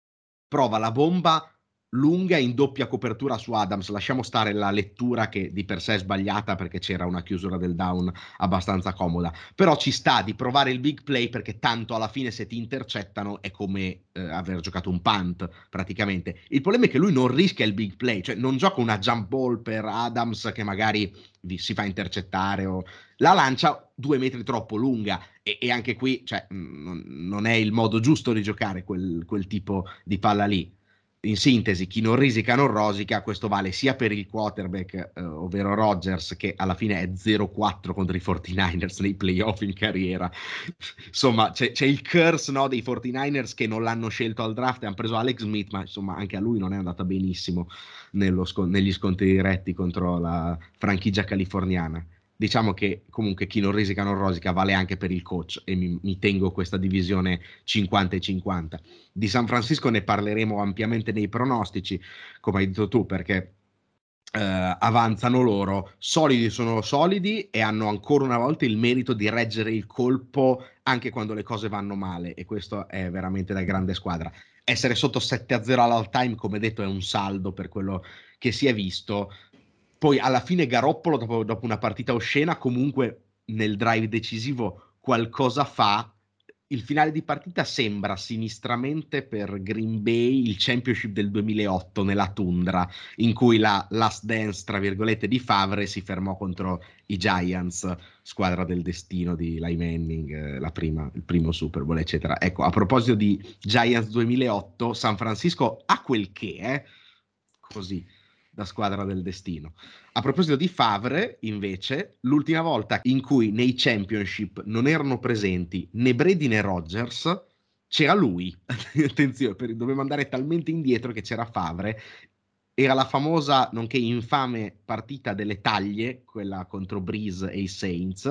prova la bomba lunga in doppia copertura su Adams. Lasciamo stare la lettura che di per sé è sbagliata perché c'era una chiusura del down abbastanza comoda, però ci sta di provare il big play perché tanto alla fine se ti intercettano è come eh, aver giocato un punt praticamente. Il problema è che lui non rischia il big play, cioè non gioca una jump ball per Adams che magari si fa intercettare o la lancia due metri troppo lunga e, e anche qui cioè, non, non è il modo giusto di giocare quel, quel tipo di palla lì. In sintesi, chi non risica non rosica, questo vale sia per il quarterback, eh, ovvero Rodgers, che alla fine è zero quattro contro i quarantanovers nei playoff in carriera. Insomma, c'è, c'è il curse, no, dei quarantanovers che non l'hanno scelto al draft e hanno preso Alex Smith, ma insomma anche a lui non è andata benissimo nello scon- negli scontri diretti contro la franchigia californiana. Diciamo che comunque chi non risica non rosica vale anche per il coach e mi, mi tengo questa divisione cinquanta e cinquanta. Di San Francisco ne parleremo ampiamente nei pronostici, come hai detto tu, perché eh, avanzano loro, solidi sono solidi e hanno ancora una volta il merito di reggere il colpo anche quando le cose vanno male e questo è veramente da grande squadra. Essere sotto sette a zero all'all time, come detto, è un saldo per quello che si è visto. Poi alla fine Garoppolo, dopo, dopo una partita oscena, comunque nel drive decisivo qualcosa fa. Il finale di partita sembra sinistramente per Green Bay il championship del duemilaotto nella tundra, in cui la last dance, tra virgolette, di Favre si fermò contro i Giants, squadra del destino di Eli Manning, eh, la prima, il primo Super Bowl, eccetera. Ecco, a proposito di Giants duemilaotto, San Francisco ha quel che è, così, da squadra del destino. A proposito di Favre, invece, l'ultima volta in cui nei championship non erano presenti né Brady né Rodgers, c'era lui. Attenzione, per, dovevamo andare talmente indietro che c'era Favre. Era la famosa, nonché infame partita delle taglie, quella contro Breeze e i Saints.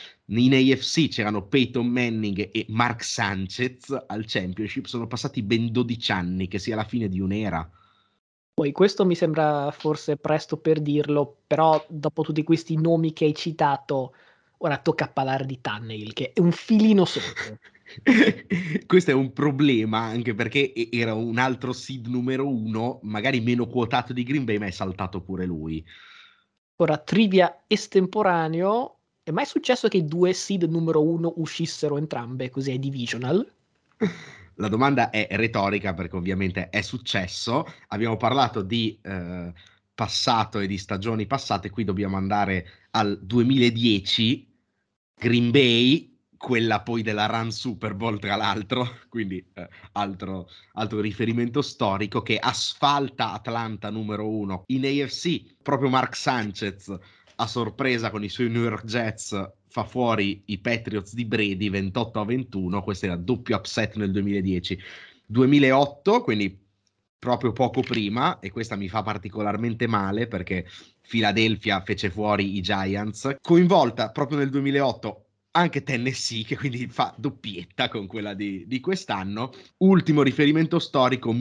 In A F C c'erano Peyton Manning e Mark Sanchez al championship. Sono passati ben dodici anni, che sia la fine di un'era. Poi questo mi sembra forse presto per dirlo, però dopo tutti questi nomi che hai citato, ora tocca parlare di Tannehill, che è un filino sotto. Questo è un problema anche perché era un altro seed numero uno, magari meno quotato di Green Bay, ma è saltato pure lui. Ora, trivia estemporaneo, è mai successo che i due seed numero uno uscissero entrambe così ai divisional? la domanda è retorica perché ovviamente è successo. Abbiamo parlato di eh, passato e di stagioni passate, qui dobbiamo andare al duemiladieci, Green Bay, quella poi della run Super Bowl tra l'altro, quindi eh, altro, altro riferimento storico che asfalta Atlanta numero uno in A F C. Proprio Mark Sanchez a sorpresa con i suoi New York Jets fa fuori i Patriots di Brady ventotto a ventuno, questo era doppio upset nel duemiladieci. duemilaotto, quindi proprio poco prima, e questa mi fa particolarmente male perché Philadelphia fece fuori i Giants, coinvolta proprio nel duemilaotto anche Tennessee, che quindi fa doppietta con quella di, di quest'anno. Ultimo riferimento storico,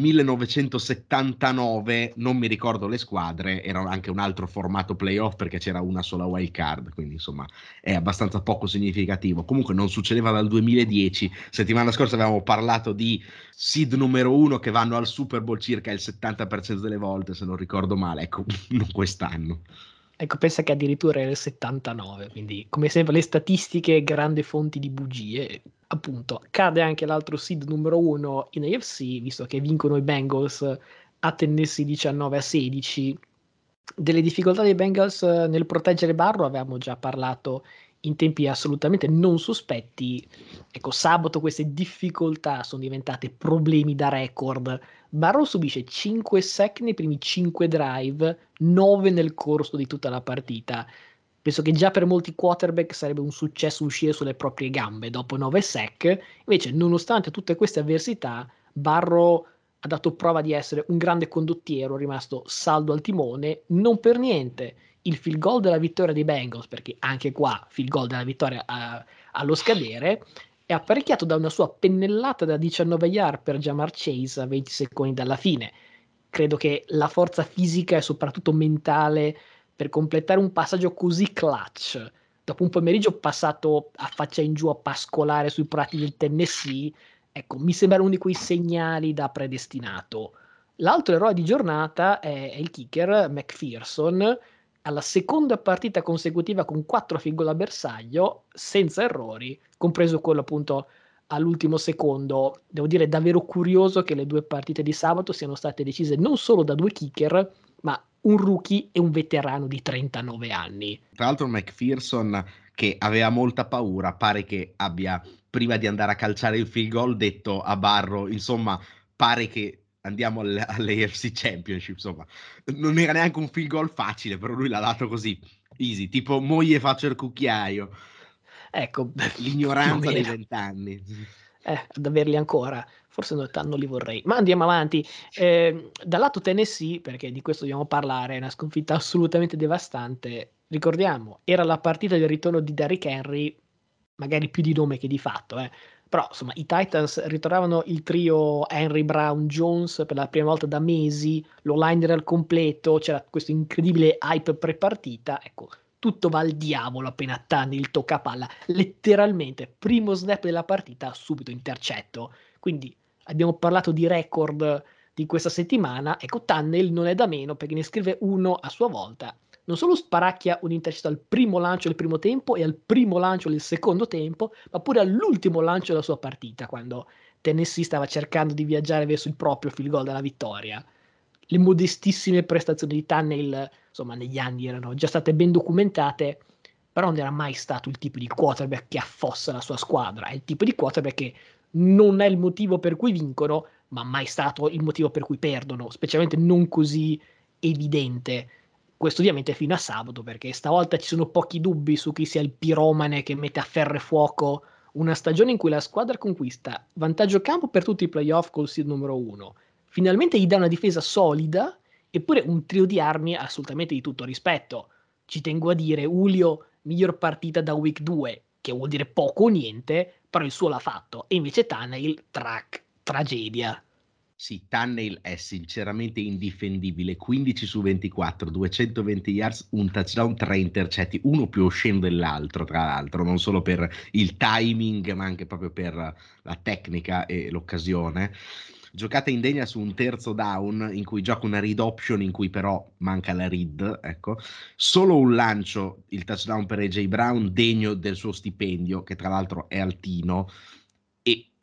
millenovecentosettantanove, non mi ricordo le squadre, era anche un altro formato playoff perché c'era una sola wild card, quindi insomma è abbastanza poco significativo. Comunque non succedeva dal duemiladieci. Settimana scorsa avevamo parlato di seed numero uno che vanno al Super Bowl circa il settanta per cento delle volte, se non ricordo male, ecco, non quest'anno. Ecco, pensa che addirittura era il settantanove, quindi come sempre le statistiche, grande fonti di bugie. Appunto, cade anche l'altro seed numero uno in A F C, visto che vincono i Bengals a Tennessee diciannove a sedici. Delle difficoltà dei Bengals eh, nel proteggere Barro avevamo già parlato in tempi assolutamente non sospetti. Ecco, sabato queste difficoltà sono diventate problemi da record. Barrow subisce cinque sack nei primi cinque drive, nove nel corso di tutta la partita. Penso che già per molti quarterback sarebbe un successo uscire sulle proprie gambe dopo nove sack. Invece, nonostante tutte queste avversità, Barrow ha dato prova di essere un grande condottiero, è rimasto saldo al timone, non per niente il field goal della vittoria dei Bengals, perché anche qua field goal della vittoria a, allo scadere, è apparecchiato da una sua pennellata da diciannove yard per Jamar Chase a venti secondi dalla fine. Credo che la forza fisica e soprattutto mentale per completare un passaggio così clutch, dopo un pomeriggio passato a faccia in giù a pascolare sui prati del Tennessee, ecco, mi sembra uno di quei segnali da predestinato. L'altro eroe di giornata è, è il kicker McPherson, alla seconda partita consecutiva con quattro field goal a bersaglio, senza errori, compreso quello appunto all'ultimo secondo. Devo dire davvero curioso che le due partite di sabato siano state decise non solo da due kicker, ma un rookie e un veterano di trentanove anni. Tra l'altro McPherson, che aveva molta paura, pare che abbia, prima di andare a calciare il field goal, detto a Barro, insomma, pare che andiamo alle, alle A F C Championship, insomma. Non era neanche un field goal facile, però lui l'ha dato così, easy, tipo moglie faccio il cucchiaio. Ecco, più o L'ignoranza dei meno. vent'anni. Eh, ad averli ancora, forse non li vorrei. Ma andiamo avanti. Eh, dal lato Tennessee, perché di questo dobbiamo parlare, è una sconfitta assolutamente devastante. Ricordiamo, era la partita del ritorno di Derrick Henry, magari più di nome che di fatto, eh. Però insomma i Titans ritornavano il trio Henry, Brown, Jones per la prima volta da mesi, l'O-line era al completo, c'era questo incredibile hype pre-partita, ecco, tutto va al diavolo appena Tannehill tocca palla, letteralmente, primo snap della partita, subito intercetto. Quindi abbiamo parlato di record di questa settimana, ecco Tannehill non è da meno perché ne scrive uno a sua volta. Non solo sparacchia un intercetto al primo lancio del primo tempo e al primo lancio del secondo tempo, ma pure all'ultimo lancio della sua partita, quando Tennessee stava cercando di viaggiare verso il proprio field goal della vittoria. Le modestissime prestazioni di Tannehill, insomma, negli anni erano già state ben documentate, però non era mai stato il tipo di quarterback che affossa la sua squadra, è il tipo di quarterback che non è il motivo per cui vincono, ma mai stato il motivo per cui perdono, specialmente non così evidente. Questo ovviamente fino a sabato, perché stavolta ci sono pochi dubbi su chi sia il piromane che mette a ferro e fuoco una stagione in cui la squadra conquista vantaggio campo per tutti i playoff col seed numero uno. Finalmente gli dà una difesa solida, eppure un trio di armi assolutamente di tutto rispetto. Ci tengo a dire, Julio, miglior partita da week due, che vuol dire poco o niente, però il suo l'ha fatto. E invece Tannehill, track, tragedia. Sì, Tannehill è sinceramente indifendibile, quindici su ventiquattro, duecentoventi yards, un touchdown, tre intercetti, uno più osceno dell'altro, tra l'altro, non solo per il timing, ma anche proprio per la tecnica e l'occasione. Giocata indegna su un terzo down in cui gioca una read option in cui però manca la read, ecco. Solo un lancio, il touchdown per A J Brown, degno del suo stipendio, che tra l'altro è altino, e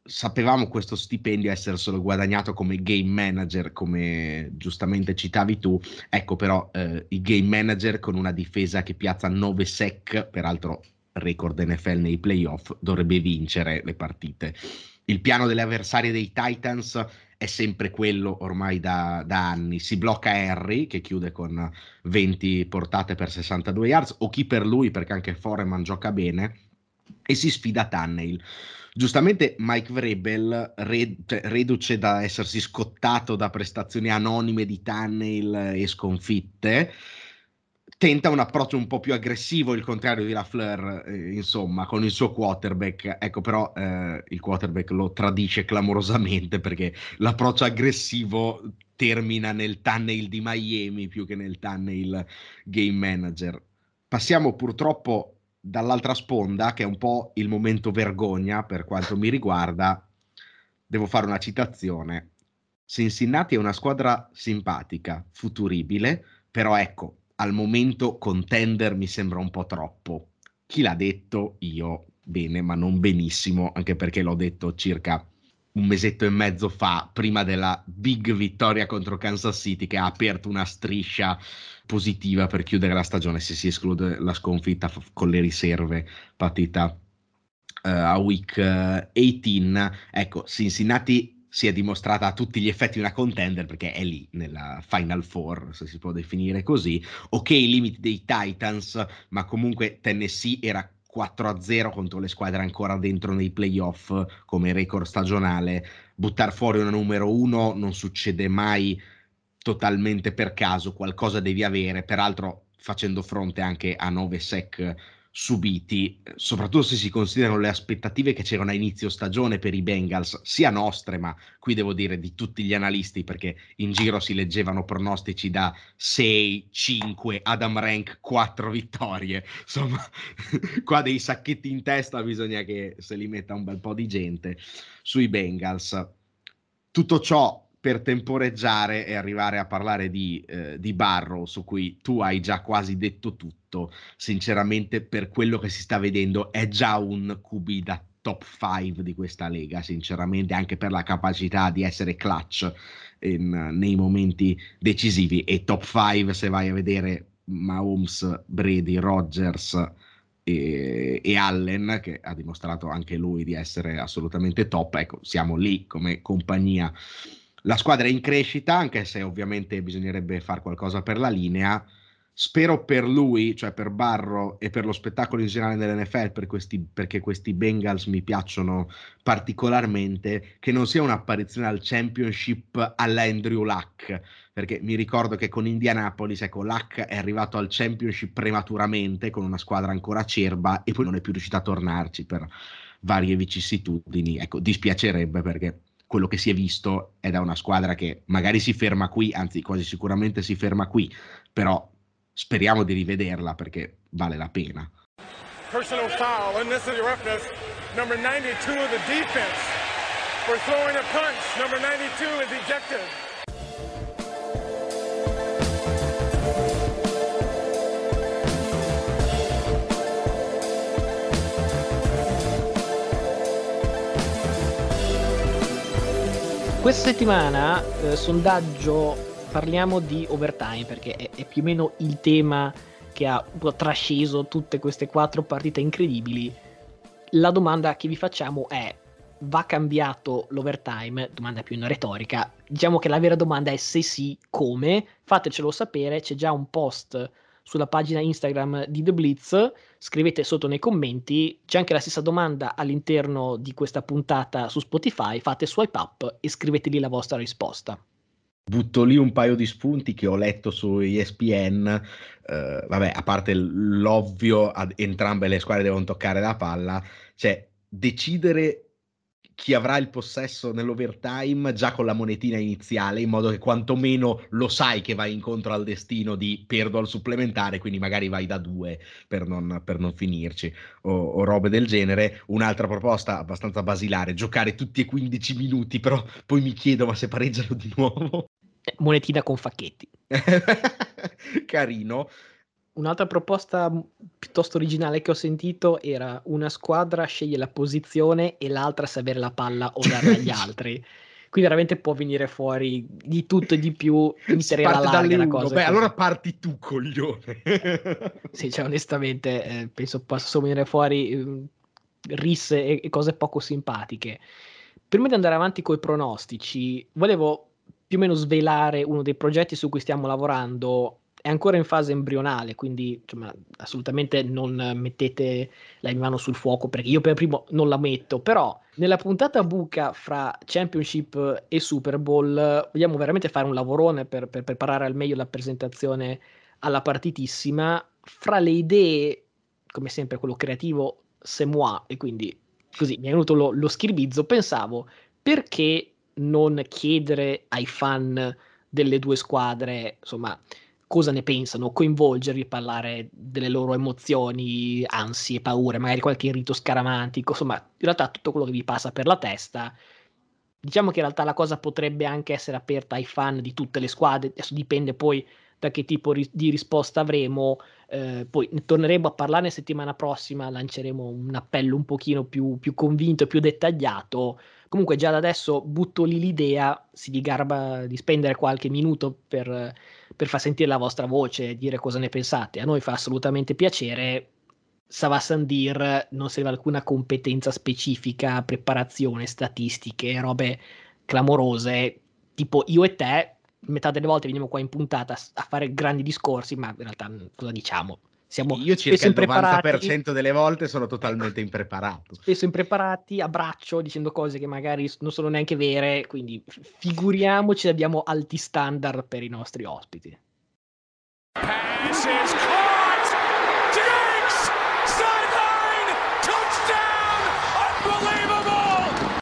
sapevamo questo stipendio essere solo guadagnato come game manager, come giustamente citavi tu. Ecco, però eh, i game manager con una difesa che piazza nove sec, peraltro record N F L nei playoff, dovrebbe vincere le partite. Il piano delle avversarie dei Titans è sempre quello ormai da, da anni: si blocca Harry, che chiude con venti portate per sessantadue yards, o chi per lui, perché anche Foreman gioca bene, e si sfida Tannehill. Giustamente Mike Vrabel, re, cioè, reduce da essersi scottato da prestazioni anonime di Tannehill e sconfitte, tenta un approccio un po' più aggressivo, il contrario di Lafleur, eh, insomma, con il suo quarterback. Ecco, però eh, il quarterback lo tradisce clamorosamente, perché l'approccio aggressivo termina nel Tannehill di Miami più che nel Tannehill game manager. Passiamo purtroppo dall'altra sponda, che è un po' il momento vergogna per quanto mi riguarda. Devo fare una citazione: Cincinnati è una squadra simpatica, futuribile, però ecco, al momento contender mi sembra un po' troppo. Chi l'ha detto? Io. Bene, ma non benissimo, anche perché l'ho detto circa un mesetto e mezzo fa, prima della big vittoria contro Kansas City, che ha aperto una striscia positiva per chiudere la stagione, se si esclude la sconfitta f- con le riserve partita uh, a week uh, diciotto. Ecco, Cincinnati si è dimostrata a tutti gli effetti una contender, perché è lì nella Final Four, se si può definire così. Ok, i limiti dei Titans, ma comunque Tennessee era quattro a zero contro le squadre ancora dentro nei playoff come record stagionale. Buttar fuori una numero uno non succede mai totalmente per caso, qualcosa devi avere, peraltro facendo fronte anche a nove sec subiti, soprattutto se si considerano le aspettative che c'erano a inizio stagione per i Bengals, sia nostre, ma qui devo dire di tutti gli analisti, perché in giro si leggevano pronostici da sei, cinque, Adam Rank quattro vittorie. Insomma, qua dei sacchetti in testa bisogna che se li metta un bel po' di gente sui Bengals. Tutto ciò per temporeggiare e arrivare a parlare di, eh, di Barrow, su cui tu hai già quasi detto tutto. Sinceramente, per quello che si sta vedendo, è già un Q B da top cinque di questa lega, sinceramente, anche per la capacità di essere clutch in, nei momenti decisivi. E top cinque, se vai a vedere Mahomes, Brady, Rodgers e, e Allen, che ha dimostrato anche lui di essere assolutamente top, ecco, siamo lì come compagnia. La squadra è in crescita, anche se ovviamente bisognerebbe fare qualcosa per la linea. Spero per lui, cioè per Barrow, e per lo spettacolo in generale dell'N F L, per questi, perché questi Bengals mi piacciono particolarmente, che non sia un'apparizione al championship alla Andrew Luck, perché mi ricordo che con Indianapolis, ecco, Luck è arrivato al championship prematuramente con una squadra ancora acerba e poi non è più riuscito a tornarci per varie vicissitudini. Ecco, dispiacerebbe, perché quello che si è visto è da una squadra che magari si ferma qui, anzi quasi sicuramente si ferma qui, però speriamo di rivederla, perché vale la pena. Personal foul, unnecessary roughness, number ninety-two of the defense for throwing a punch. Number ninety-two is ejected. Questa settimana, eh, sondaggio, parliamo di overtime, perché è, è più o meno il tema che ha un po' trasceso tutte queste quattro partite incredibili. La domanda che vi facciamo è: va cambiato l'overtime? Domanda più una retorica. Diciamo che la vera domanda è se sì, come? Fatecelo sapere, c'è già un post sulla pagina Instagram di The Blitz, scrivete sotto nei commenti. C'è anche la stessa domanda all'interno di questa puntata su Spotify, fate swipe up e scrivete lì la vostra risposta. Butto lì un paio di spunti che ho letto su E S P N, eh, vabbè, a parte l'ovvio, ad entrambe le squadre devono toccare la palla, cioè decidere chi avrà il possesso nell'overtime già con la monetina iniziale, in modo che quantomeno lo sai che vai incontro al destino di perdo al supplementare, quindi magari vai da due per non, per non finirci, o, o robe del genere. Un'altra proposta abbastanza basilare: giocare tutti e quindici minuti, però poi mi chiedo, ma se pareggiano di nuovo? Monetina con facchetti. Carino. Un'altra proposta piuttosto originale che ho sentito era una squadra sceglie la posizione e l'altra sa avere la palla o darla agli altri. Quindi veramente può venire fuori di tutto e di più. Si parte dalle uno, beh, allora parti tu, coglione. Sì, cioè onestamente eh, penso possa solo venire fuori eh, risse e, e cose poco simpatiche. Prima di andare avanti coi pronostici, volevo più o meno svelare uno dei progetti su cui stiamo lavorando. È ancora in fase embrionale, quindi insomma, assolutamente non mettete la mano sul fuoco, perché io per primo non la metto, però nella puntata buca fra Championship e Super Bowl vogliamo veramente fare un lavorone per, per preparare al meglio la presentazione alla partitissima. Fra le idee, come sempre quello creativo, c'est moi, e quindi così mi è venuto lo, lo schirbizzo, pensavo perché non chiedere ai fan delle due squadre, insomma, cosa ne pensano, coinvolgerli, parlare delle loro emozioni, ansie, paure, magari qualche rito scaramantico, insomma, in realtà tutto quello che vi passa per la testa. Diciamo che in realtà la cosa potrebbe anche essere aperta ai fan di tutte le squadre, adesso dipende poi da che tipo ri- di risposta avremo, eh, poi ne torneremo a parlarne settimana prossima, lanceremo un appello un pochino più, più convinto e più dettagliato. Comunque già da adesso butto lì l'idea, si vi garba di spendere qualche minuto per, per far sentire la vostra voce, dire cosa ne pensate. A noi fa assolutamente piacere. Sava Sandir non serve alcuna competenza specifica, preparazione, statistiche, robe clamorose. Tipo io e te, metà delle volte veniamo qua in puntata a fare grandi discorsi, ma in realtà cosa diciamo? Siamo Io circa il novanta per impreparati, cento delle volte sono totalmente ecco, impreparato. Spesso impreparati, a braccio, dicendo cose che magari non sono neanche vere, quindi figuriamoci, abbiamo alti standard per i nostri ospiti. Pass is caught! Diggs! Sideline! Touchdown! Unbelievable!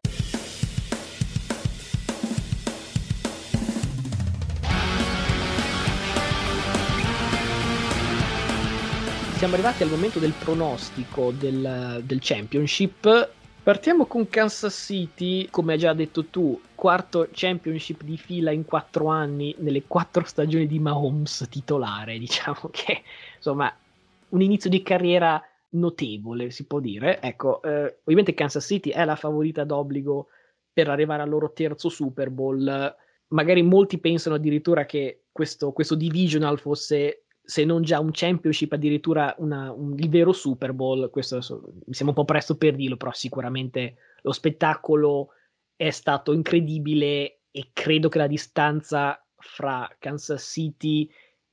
Siamo arrivati al momento del pronostico del, del Championship. Partiamo con Kansas City, come hai già detto tu, quarto Championship di fila in quattro anni nelle quattro stagioni di Mahomes titolare. Diciamo che insomma un inizio di carriera notevole, si può dire. Ecco, eh, ovviamente Kansas City è la favorita d'obbligo per arrivare al loro terzo Super Bowl. Magari molti pensano addirittura che questo, questo divisional fosse, se non già un championship, addirittura una, un, il vero Super Bowl. Questo adesso, mi sembra un po' presto per dirlo, però sicuramente lo spettacolo è stato incredibile e credo che la distanza fra Kansas City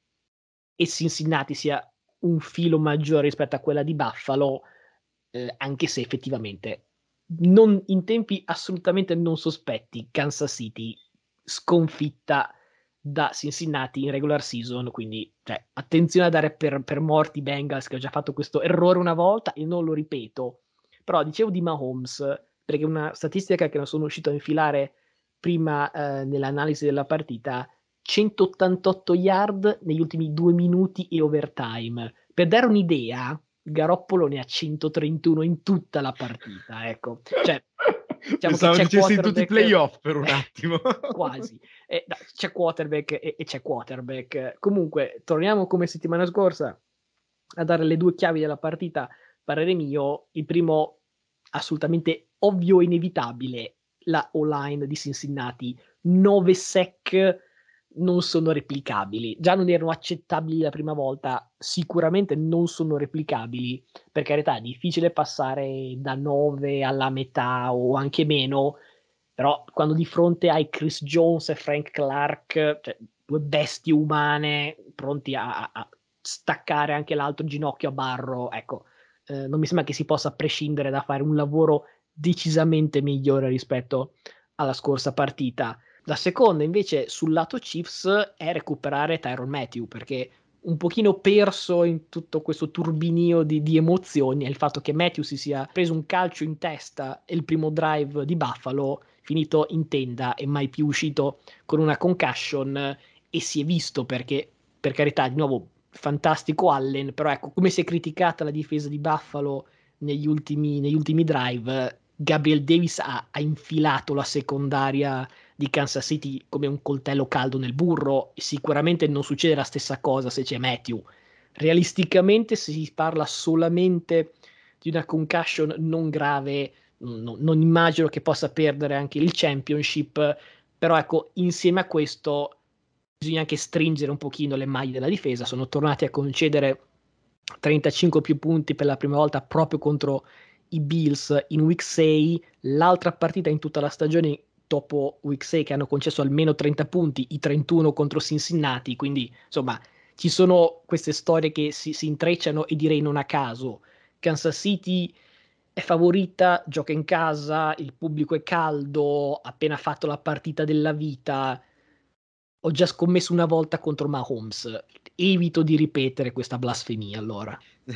e Cincinnati sia un filo maggiore rispetto a quella di Buffalo, eh, anche se effettivamente non, in tempi assolutamente non sospetti, Kansas City sconfitta da Cincinnati in regular season, quindi cioè, attenzione a dare per, per morti i Bengals, che ho già fatto questo errore una volta e non lo ripeto. Però dicevo di Mahomes, perché una statistica che non sono riuscito a infilare prima eh, nell'analisi della partita: centottantotto yard negli ultimi due minuti e overtime. Per dare un'idea, Garoppolo ne ha centotrentuno in tutta la partita, ecco. Cioè, diciamo pensavo che c'è dicessi in tutti i playoff per un eh, attimo. quasi. Eh, no, c'è quarterback e, e c'è quarterback. Comunque, torniamo come settimana scorsa a dare le due chiavi della partita. Parere mio, il primo assolutamente ovvio e inevitabile, la O-line di Cincinnati, nove sack non sono replicabili. Già non erano accettabili la prima volta, sicuramente non sono replicabili. Per carità, è difficile passare da nove alla metà o anche meno, però quando di fronte hai Chris Jones e Frank Clark, cioè due bestie umane pronti a, a staccare anche l'altro ginocchio a Barro, ecco, eh, non mi sembra che si possa prescindere da fare un lavoro decisamente migliore rispetto alla scorsa partita. La seconda invece sul lato Chiefs è recuperare Tyrann Mathieu, perché un pochino perso in tutto questo turbinio di, di emozioni è il fatto che Matthew si sia preso un calcio in testa e il primo drive di Buffalo finito in tenda e mai più uscito con una concussion, e si è visto, perché per carità di nuovo fantastico Allen, però ecco, come si è criticata la difesa di Buffalo negli ultimi, negli ultimi drive, Gabriel Davis ha, ha infilato la secondaria di Kansas City come un coltello caldo nel burro. Sicuramente non succede la stessa cosa se c'è Matthew, realisticamente se si parla solamente di una concussion non grave, non, non immagino che possa perdere anche il championship, però ecco, insieme a questo bisogna anche stringere un pochino le maglie della difesa. Sono tornati a concedere trentacinque più punti per la prima volta proprio contro i Bills in week sei, l'altra partita in tutta la stagione dopo week sei che hanno concesso almeno trenta punti, i trentuno contro Cincinnati, quindi insomma ci sono queste storie che si, si intrecciano e direi non a caso. Kansas City è favorita, gioca in casa, il pubblico è caldo, ha appena fatto la partita della vita. Ho già scommesso una volta contro Mahomes, evito di ripetere questa blasfemia allora.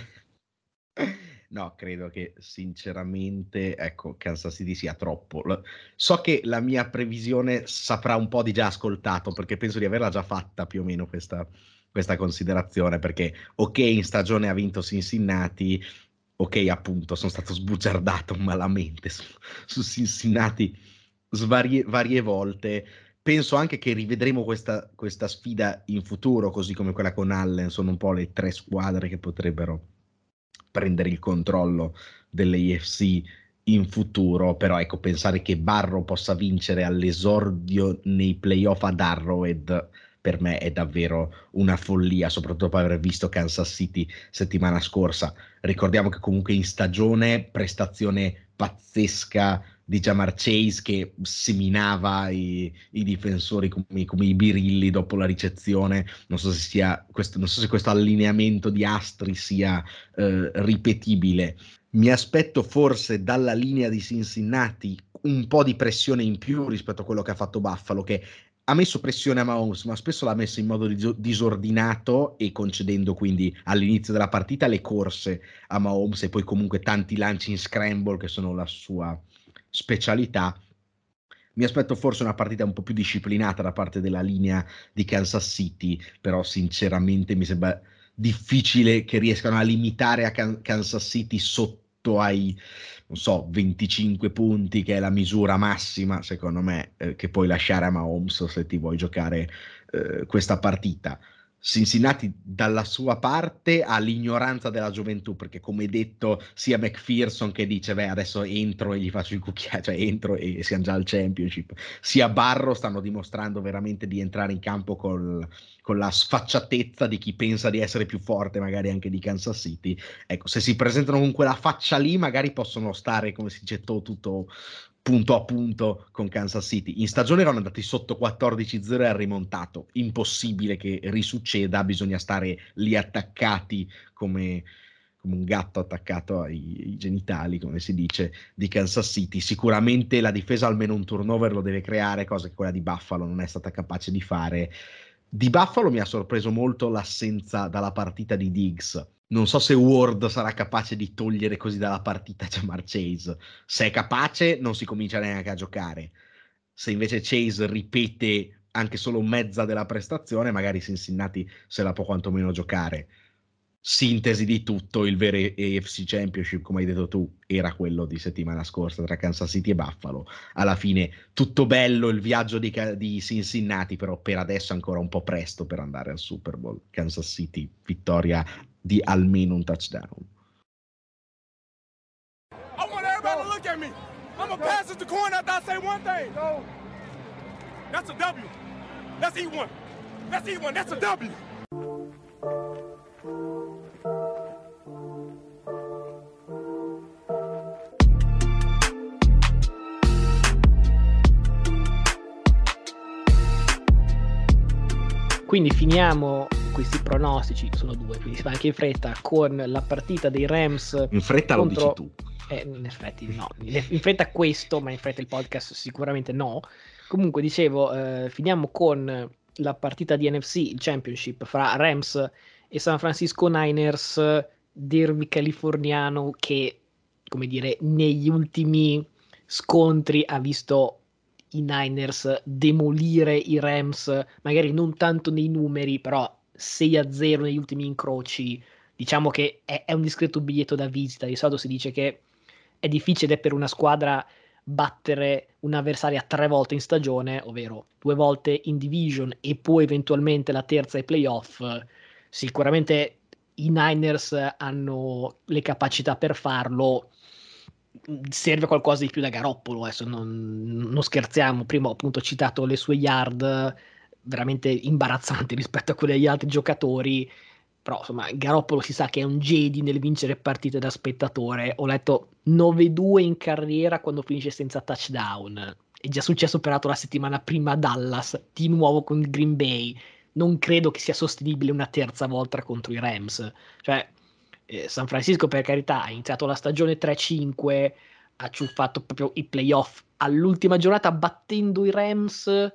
No, credo che sinceramente, ecco, Kansas City sia troppo. So che la mia previsione saprà un po' di già ascoltato, perché penso di averla già fatta più o meno questa, questa considerazione, perché ok, in stagione ha vinto Cincinnati, ok, appunto, sono stato sbugiardato malamente su, su Cincinnati svarie, varie volte. Penso anche che rivedremo questa, questa sfida in futuro, così come quella con Allen, sono un po' le tre squadre che potrebbero prendere il controllo dell'A F C in futuro, però ecco, pensare che Barrow possa vincere all'esordio nei playoff ad Arrowhead per me è davvero una follia, soprattutto dopo aver visto Kansas City settimana scorsa. Ricordiamo che comunque in stagione prestazione pazzesca di Ja'Marr Chase che seminava i, i difensori come, come i birilli dopo la ricezione. Non so se sia questo, non so se questo allineamento di astri sia eh, ripetibile. Mi aspetto forse dalla linea di Cincinnati un po' di pressione in più rispetto a quello che ha fatto Buffalo, che ha messo pressione a Mahomes, ma spesso l'ha messa in modo disordinato e concedendo quindi all'inizio della partita le corse a Mahomes e poi comunque tanti lanci in scramble che sono la sua specialità. Mi aspetto forse una partita un po' più disciplinata da parte della linea di Kansas City, però sinceramente mi sembra difficile che riescano a limitare a Can- Kansas City sotto ai, non so, venticinque punti, che è la misura massima, secondo me, eh, che puoi lasciare a Mahomes se ti vuoi giocare eh, questa partita. Cincinnati dalla sua parte ha l'ignoranza della gioventù, perché come detto sia McPherson che dice beh adesso entro e gli faccio il cucchiaio, cioè entro e siamo già al championship, sia Barrow stanno dimostrando veramente di entrare in campo col, con la sfacciatezza di chi pensa di essere più forte magari anche di Kansas City. Ecco, se si presentano con quella faccia lì magari possono stare, come si dice, tutto punto a punto con Kansas City. In stagione erano andati sotto quattordici zero e ha rimontato. Impossibile che risucceda, bisogna stare lì attaccati come, come un gatto attaccato ai, ai genitali, come si dice, di Kansas City. Sicuramente la difesa almeno un turnover lo deve creare, cosa che quella di Buffalo non è stata capace di fare. Di Buffalo mi ha sorpreso molto l'assenza dalla partita di Diggs. Non so se Ward sarà capace di togliere così dalla partita Ja'Marr Chase. Se è capace, non si comincia neanche a giocare. Se invece Chase ripete anche solo mezza della prestazione, magari Cincinnati se la può quantomeno giocare. Sintesi di tutto, il vero A F C Championship, come hai detto tu, era quello di settimana scorsa tra Kansas City e Buffalo. Alla fine tutto bello il viaggio di, di Cincinnati, però per adesso è ancora un po' presto per andare al Super Bowl. Kansas City, vittoria di almeno un touchdown. I want everybody to look at me. I'm gonna pass it to corner after I say one thing. That's a W. Let's eat one. Let's eat one. That's a W. Quindi finiamo questi pronostici, sono due, quindi si fa anche in fretta, con la partita dei Rams. In fretta contro... lo dici tu. Eh, in effetti no, in fretta questo, ma in fretta il podcast sicuramente no. Comunque dicevo, eh, finiamo con la partita di N F C, il Championship fra Rams e San Francisco Niners, derby californiano che, come dire, negli ultimi scontri ha visto i Niners demolire i Rams, magari non tanto nei numeri, però sei a zero negli ultimi incroci. Diciamo che è, è un discreto biglietto da visita. Di solito si dice che è difficile per una squadra battere un'avversaria tre volte in stagione, ovvero due volte in division e poi eventualmente la terza ai playoff. Sicuramente i Niners hanno le capacità per farlo, serve qualcosa di più da Garoppolo, adesso non, non scherziamo, prima ho appunto citato le sue yard veramente imbarazzanti rispetto a quelle degli altri giocatori, però insomma Garoppolo si sa che è un Jedi nel vincere partite da spettatore. Ho letto nove due in carriera quando finisce senza touchdown, è già successo peraltro la settimana prima a Dallas, di nuovo con il Green Bay. Non credo che sia sostenibile una terza volta contro i Rams, cioè eh, San Francisco per carità ha iniziato la stagione tre cinque, ha ciuffato proprio i playoff all'ultima giornata battendo i Rams.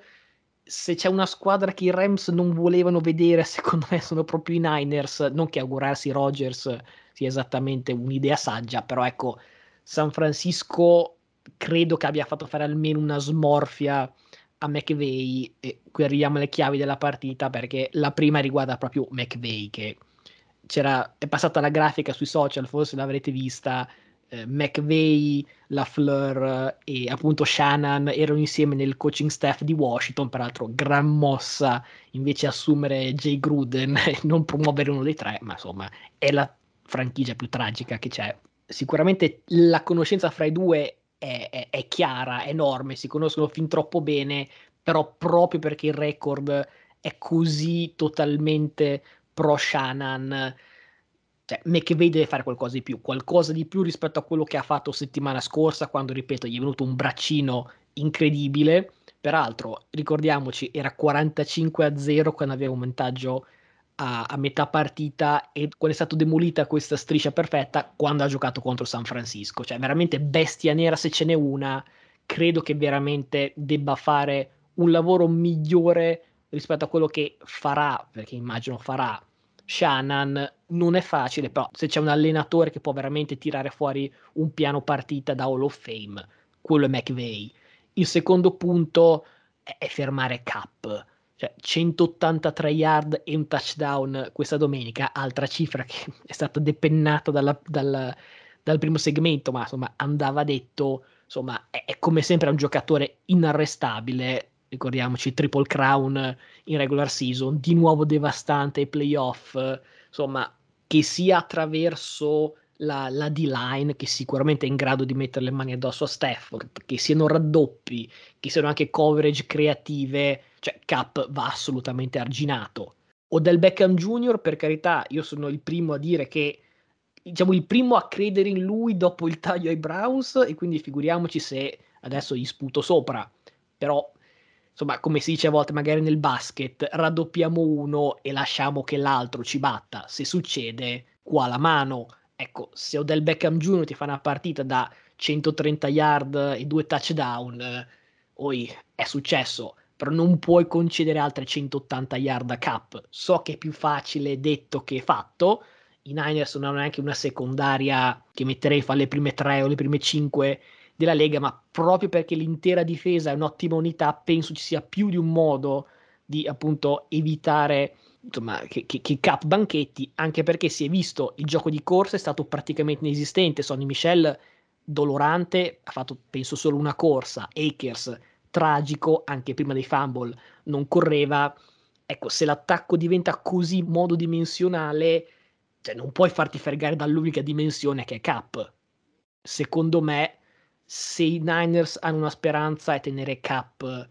Se c'è una squadra che i Rams non volevano vedere, secondo me sono proprio i Niners. Non che augurarsi Rodgers sia esattamente un'idea saggia, però ecco, San Francisco credo che abbia fatto fare almeno una smorfia a McVay, e qui arriviamo alle chiavi della partita, perché la prima riguarda proprio McVay, che c'era, è passata la grafica sui social, forse l'avrete vista, eh, McVay, LaFleur e appunto Shanahan erano insieme nel coaching staff di Washington, peraltro gran mossa invece assumere Jay Gruden e non promuovere uno dei tre, ma insomma è la franchigia più tragica che c'è. Sicuramente la conoscenza fra i due è, è, è chiara, è enorme, si conoscono fin troppo bene, però proprio perché il record è così totalmente pro Shanahan, cioè McVay deve fare qualcosa di più, qualcosa di più rispetto a quello che ha fatto settimana scorsa, quando, ripeto, gli è venuto un braccino incredibile. Peraltro, ricordiamoci, era quarantacinque a zero quando aveva un vantaggio a, a metà partita, e quando è stata demolita questa striscia perfetta, quando ha giocato contro San Francisco. Cioè, veramente bestia nera se ce n'è una. Credo che veramente debba fare un lavoro migliore rispetto a quello che farà, perché immagino farà Shanahan. Non è facile, però se c'è un allenatore che può veramente tirare fuori un piano partita da Hall of Fame, quello è McVay. Il secondo punto è, è fermare Cup, cioè centottantatré yard e un touchdown questa domenica, altra cifra che è stata depennata dalla, dal, dal primo segmento, ma insomma andava detto. Insomma è, è come sempre un giocatore inarrestabile. Ricordiamoci Triple Crown in regular season, di nuovo devastante ai playoff, insomma, che sia attraverso la, la D-line, che sicuramente è in grado di mettere le mani addosso a Stafford, che siano raddoppi, che siano anche coverage creative, cioè Cup va assolutamente arginato. Odell Beckham Junior, per carità, io sono il primo a dire che, diciamo, il primo a credere in lui dopo il taglio ai Browns, e quindi figuriamoci se adesso gli sputo sopra. Però insomma, come si dice a volte magari nel basket, raddoppiamo uno e lasciamo che l'altro ci batta. Se succede, qua la mano. Ecco, se Odell Beckham Junior ti fa una partita da centotrenta yard e due touchdown, eh, oi, è successo. Però non puoi concedere altre centottanta yard a Cup. So che è più facile detto che fatto. I Niners non hanno neanche una secondaria che metterei fra le prime tre o le prime cinque della Lega, ma proprio perché l'intera difesa è un'ottima unità, penso ci sia più di un modo di appunto evitare, insomma, che, che, che Cup banchetti, anche perché si è visto il gioco di corsa è stato praticamente inesistente. Sonny Michel dolorante, ha fatto penso solo una corsa. Akers tragico, anche prima dei fumble non correva. Ecco, se l'attacco diventa così monodimensionale, cioè non puoi farti fregare dall'unica dimensione che è Cup. Secondo me, se i Niners hanno una speranza è tenere Cup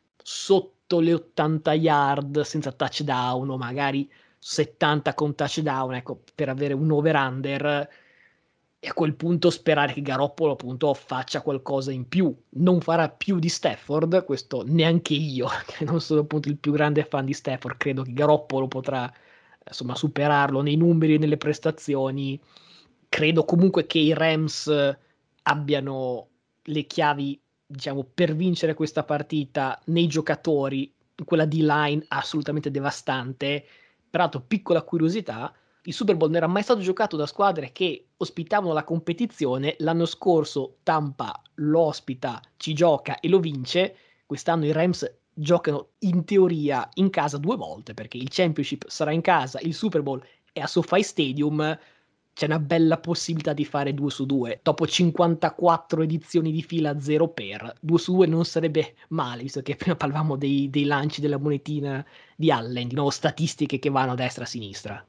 sotto le ottanta yard senza touchdown, o magari settanta con touchdown, ecco, per avere un over-under, e a quel punto sperare che Garoppolo appunto faccia qualcosa in più. Non farà più di Stafford, questo neanche io, che non sono appunto il più grande fan di Stafford, credo che Garoppolo potrà insomma superarlo nei numeri e nelle prestazioni. Credo comunque che i Rams abbiano le chiavi, diciamo, per vincere questa partita nei giocatori, in quella D-line assolutamente devastante. Peraltro, piccola curiosità, il Super Bowl non era mai stato giocato da squadre che ospitavano la competizione. L'anno scorso Tampa lo ospita, ci gioca e lo vince. Quest'anno i Rams giocano in teoria in casa due volte, perché il Championship sarà in casa, il Super Bowl è a SoFi Stadium. C'è una bella possibilità di fare due su due. Dopo cinquantaquattro edizioni di fila zero per, due su due non sarebbe male, visto che prima parlavamo dei, dei lanci della monetina di Allen, di nuovo statistiche che vanno a destra e a sinistra.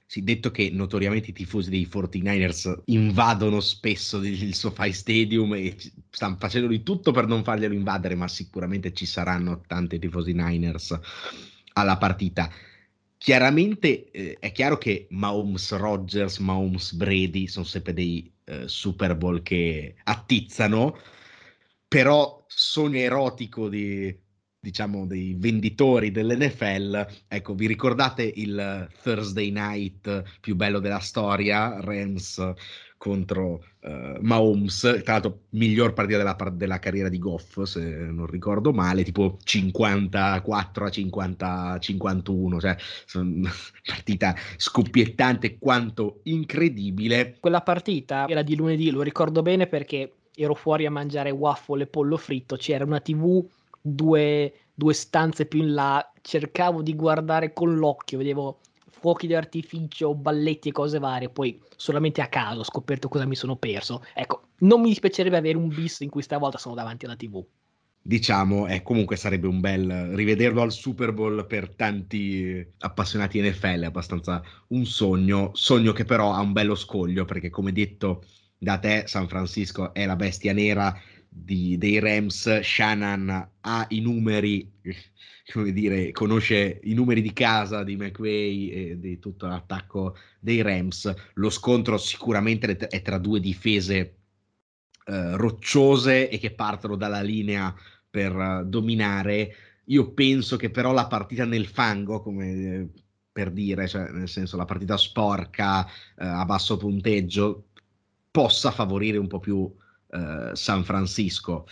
Sì, detto che notoriamente i tifosi dei quarantanovers invadono spesso il SoFi Stadium e stanno facendo di tutto per non farglielo invadere, ma sicuramente ci saranno tanti tifosi Niners alla partita. Chiaramente eh, è chiaro che Mahomes Rodgers, Mahomes Brady sono sempre dei eh, Super Bowl che attizzano, però sogno erotico di, diciamo, dei venditori dell'N F L. Ecco, vi ricordate il Thursday night più bello della storia? Rams contro uh, Mahomes, tra l'altro miglior partita della, della carriera di Goff, se non ricordo male, tipo cinquantaquattro a cinquanta cinquantuno, cioè son, partita scoppiettante quanto incredibile. Quella partita era di lunedì, lo ricordo bene perché ero fuori a mangiare waffle e pollo fritto, c'era una tivù due, due stanze più in là, cercavo di guardare con l'occhio, vedevo fuochi d'artificio, balletti e cose varie, poi solamente a caso ho scoperto cosa mi sono perso. Ecco, non mi dispiacerebbe avere un bis in cui stavolta sono davanti alla tivù. Diciamo, eh, comunque sarebbe un bel rivederlo al Super Bowl per tanti appassionati N F L, è abbastanza un sogno, sogno che però ha un bello scoglio, perché come detto da te, San Francisco è la bestia nera di, dei Rams. Shanahan ha i numeri, come dire, conosce i numeri di casa di McVay e di tutto l'attacco dei Rams. Lo scontro sicuramente è tra due difese eh, rocciose e che partono dalla linea per uh, dominare. Io penso che però la partita nel fango, come eh, per dire, cioè nel senso la partita sporca, eh, a basso punteggio, possa favorire un po' più eh, San Francisco.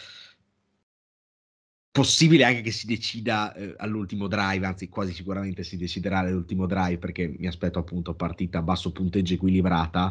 Possibile anche che si decida eh, all'ultimo drive, anzi quasi sicuramente si deciderà all'ultimo drive, perché mi aspetto appunto partita a basso punteggio equilibrata.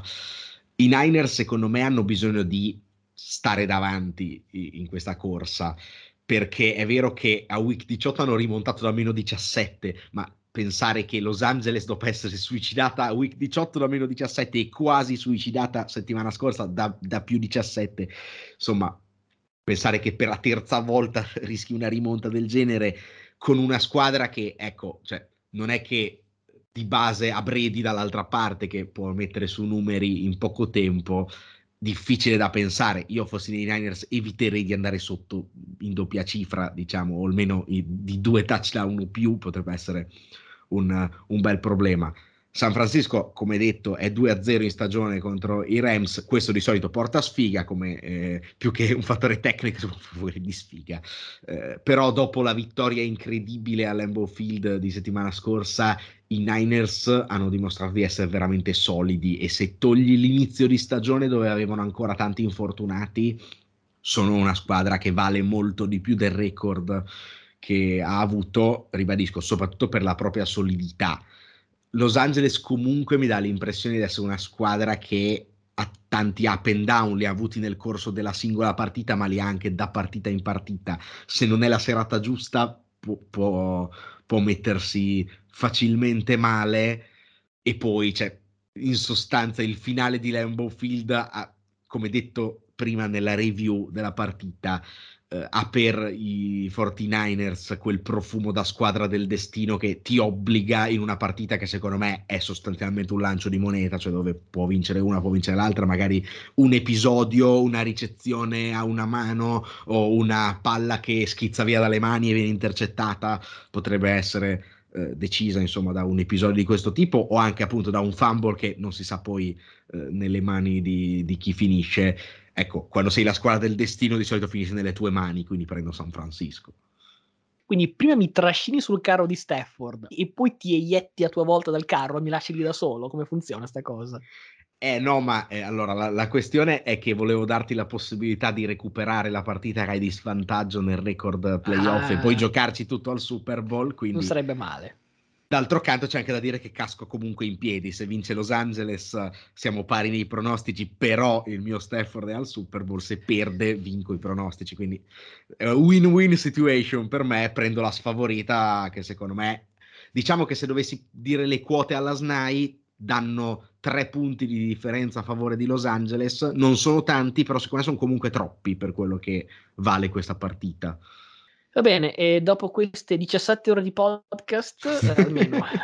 I Niners secondo me hanno bisogno di stare davanti in questa corsa, perché è vero che a week diciotto hanno rimontato da meno diciassette, ma pensare che Los Angeles, dopo essere suicidata a week diciotto da meno diciassette e quasi suicidata settimana scorsa da, da più diciassette, insomma, pensare che per la terza volta rischi una rimonta del genere con una squadra che, ecco, cioè, non è che di base a Brady dall'altra parte che può mettere su numeri in poco tempo, difficile da pensare. Io fossi nei Niners eviterei di andare sotto in doppia cifra, diciamo, o almeno di due touchdown o più, potrebbe essere un, un bel problema. San Francisco, come detto, è due a zero in stagione contro i Rams. Questo di solito porta sfiga, come eh, più che un fattore tecnico, un fattore di sfiga. Eh, però dopo la vittoria incredibile a Lambeau Field di settimana scorsa, i Niners hanno dimostrato di essere veramente solidi, e se togli l'inizio di stagione dove avevano ancora tanti infortunati, sono una squadra che vale molto di più del record che ha avuto, ribadisco, soprattutto per la propria solidità. Los Angeles comunque mi dà l'impressione di essere una squadra che ha tanti up and down, li ha avuti nel corso della singola partita, ma li ha anche da partita in partita. Se non è la serata giusta può, può, può mettersi facilmente male, e poi cioè, in sostanza il finale di Lambeau Field ha, come detto prima nella review della partita, eh, ha per i quarantanovers quel profumo da squadra del destino che ti obbliga in una partita che secondo me è sostanzialmente un lancio di moneta, cioè dove può vincere una, può vincere l'altra, magari un episodio, una ricezione a una mano o una palla che schizza via dalle mani e viene intercettata potrebbe essere eh, decisa insomma da un episodio di questo tipo, o anche appunto da un fumble che non si sa poi eh, nelle mani di, di chi finisce. Ecco, quando sei la squadra del destino di solito finisce nelle tue mani, quindi prendo San Francisco. Quindi prima mi trascini sul carro di Stafford e poi ti eietti a tua volta dal carro e mi lasci lì da solo? Come funziona sta cosa? Eh no, ma eh, allora la, la questione è che volevo darti la possibilità di recuperare la partita che hai di svantaggio nel record playoff Ah, e poi giocarci tutto al Super Bowl, quindi... non sarebbe male. D'altro canto c'è anche da dire che casco comunque in piedi. Se vince Los Angeles siamo pari nei pronostici, però il mio Stafford è al Super Bowl, se perde vinco i pronostici, quindi uh, win-win situation per me. Prendo la sfavorita che secondo me, diciamo che se dovessi dire le quote alla S N A I, danno tre punti di differenza a favore di Los Angeles. Non sono tanti, però secondo me sono comunque troppi per quello che vale questa partita. Va bene, e dopo queste diciassette ore di podcast, eh, almeno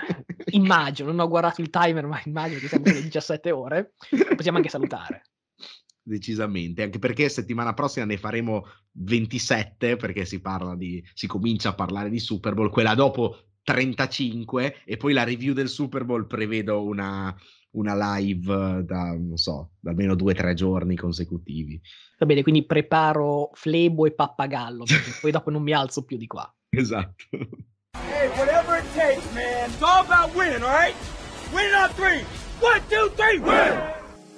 immagino, non ho guardato il timer, ma immagino che siamo sulle diciassette ore. Possiamo anche salutare. Decisamente, anche perché settimana prossima ne faremo ventisette, perché si parla di, si comincia a parlare di Super Bowl, quella dopo trentacinque, e poi la review del Super Bowl prevedo una, una live da, non so, da almeno due o tre giorni consecutivi. Va bene, quindi preparo flebo e pappagallo, perché poi dopo non mi alzo più di qua. Esatto. Hey, whatever it takes, man. It's all about winning, all right? Winning on three. One, two, three, win!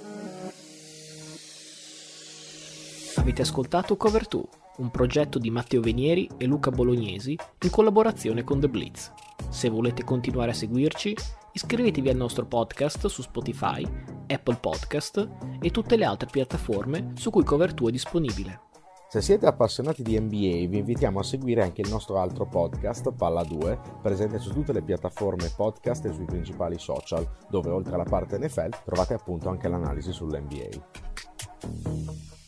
Avete ascoltato Cover due, un progetto di Matteo Venieri e Luca Bolognesi in collaborazione con The Blitz. Se volete continuare a seguirci, iscrivetevi al nostro podcast su Spotify, Apple Podcast e tutte le altre piattaforme su cui Cover due è disponibile. Se siete appassionati di N B A, vi invitiamo a seguire anche il nostro altro podcast, Palla due, presente su tutte le piattaforme podcast e sui principali social, dove oltre alla parte N F L trovate appunto anche l'analisi sull'N B A.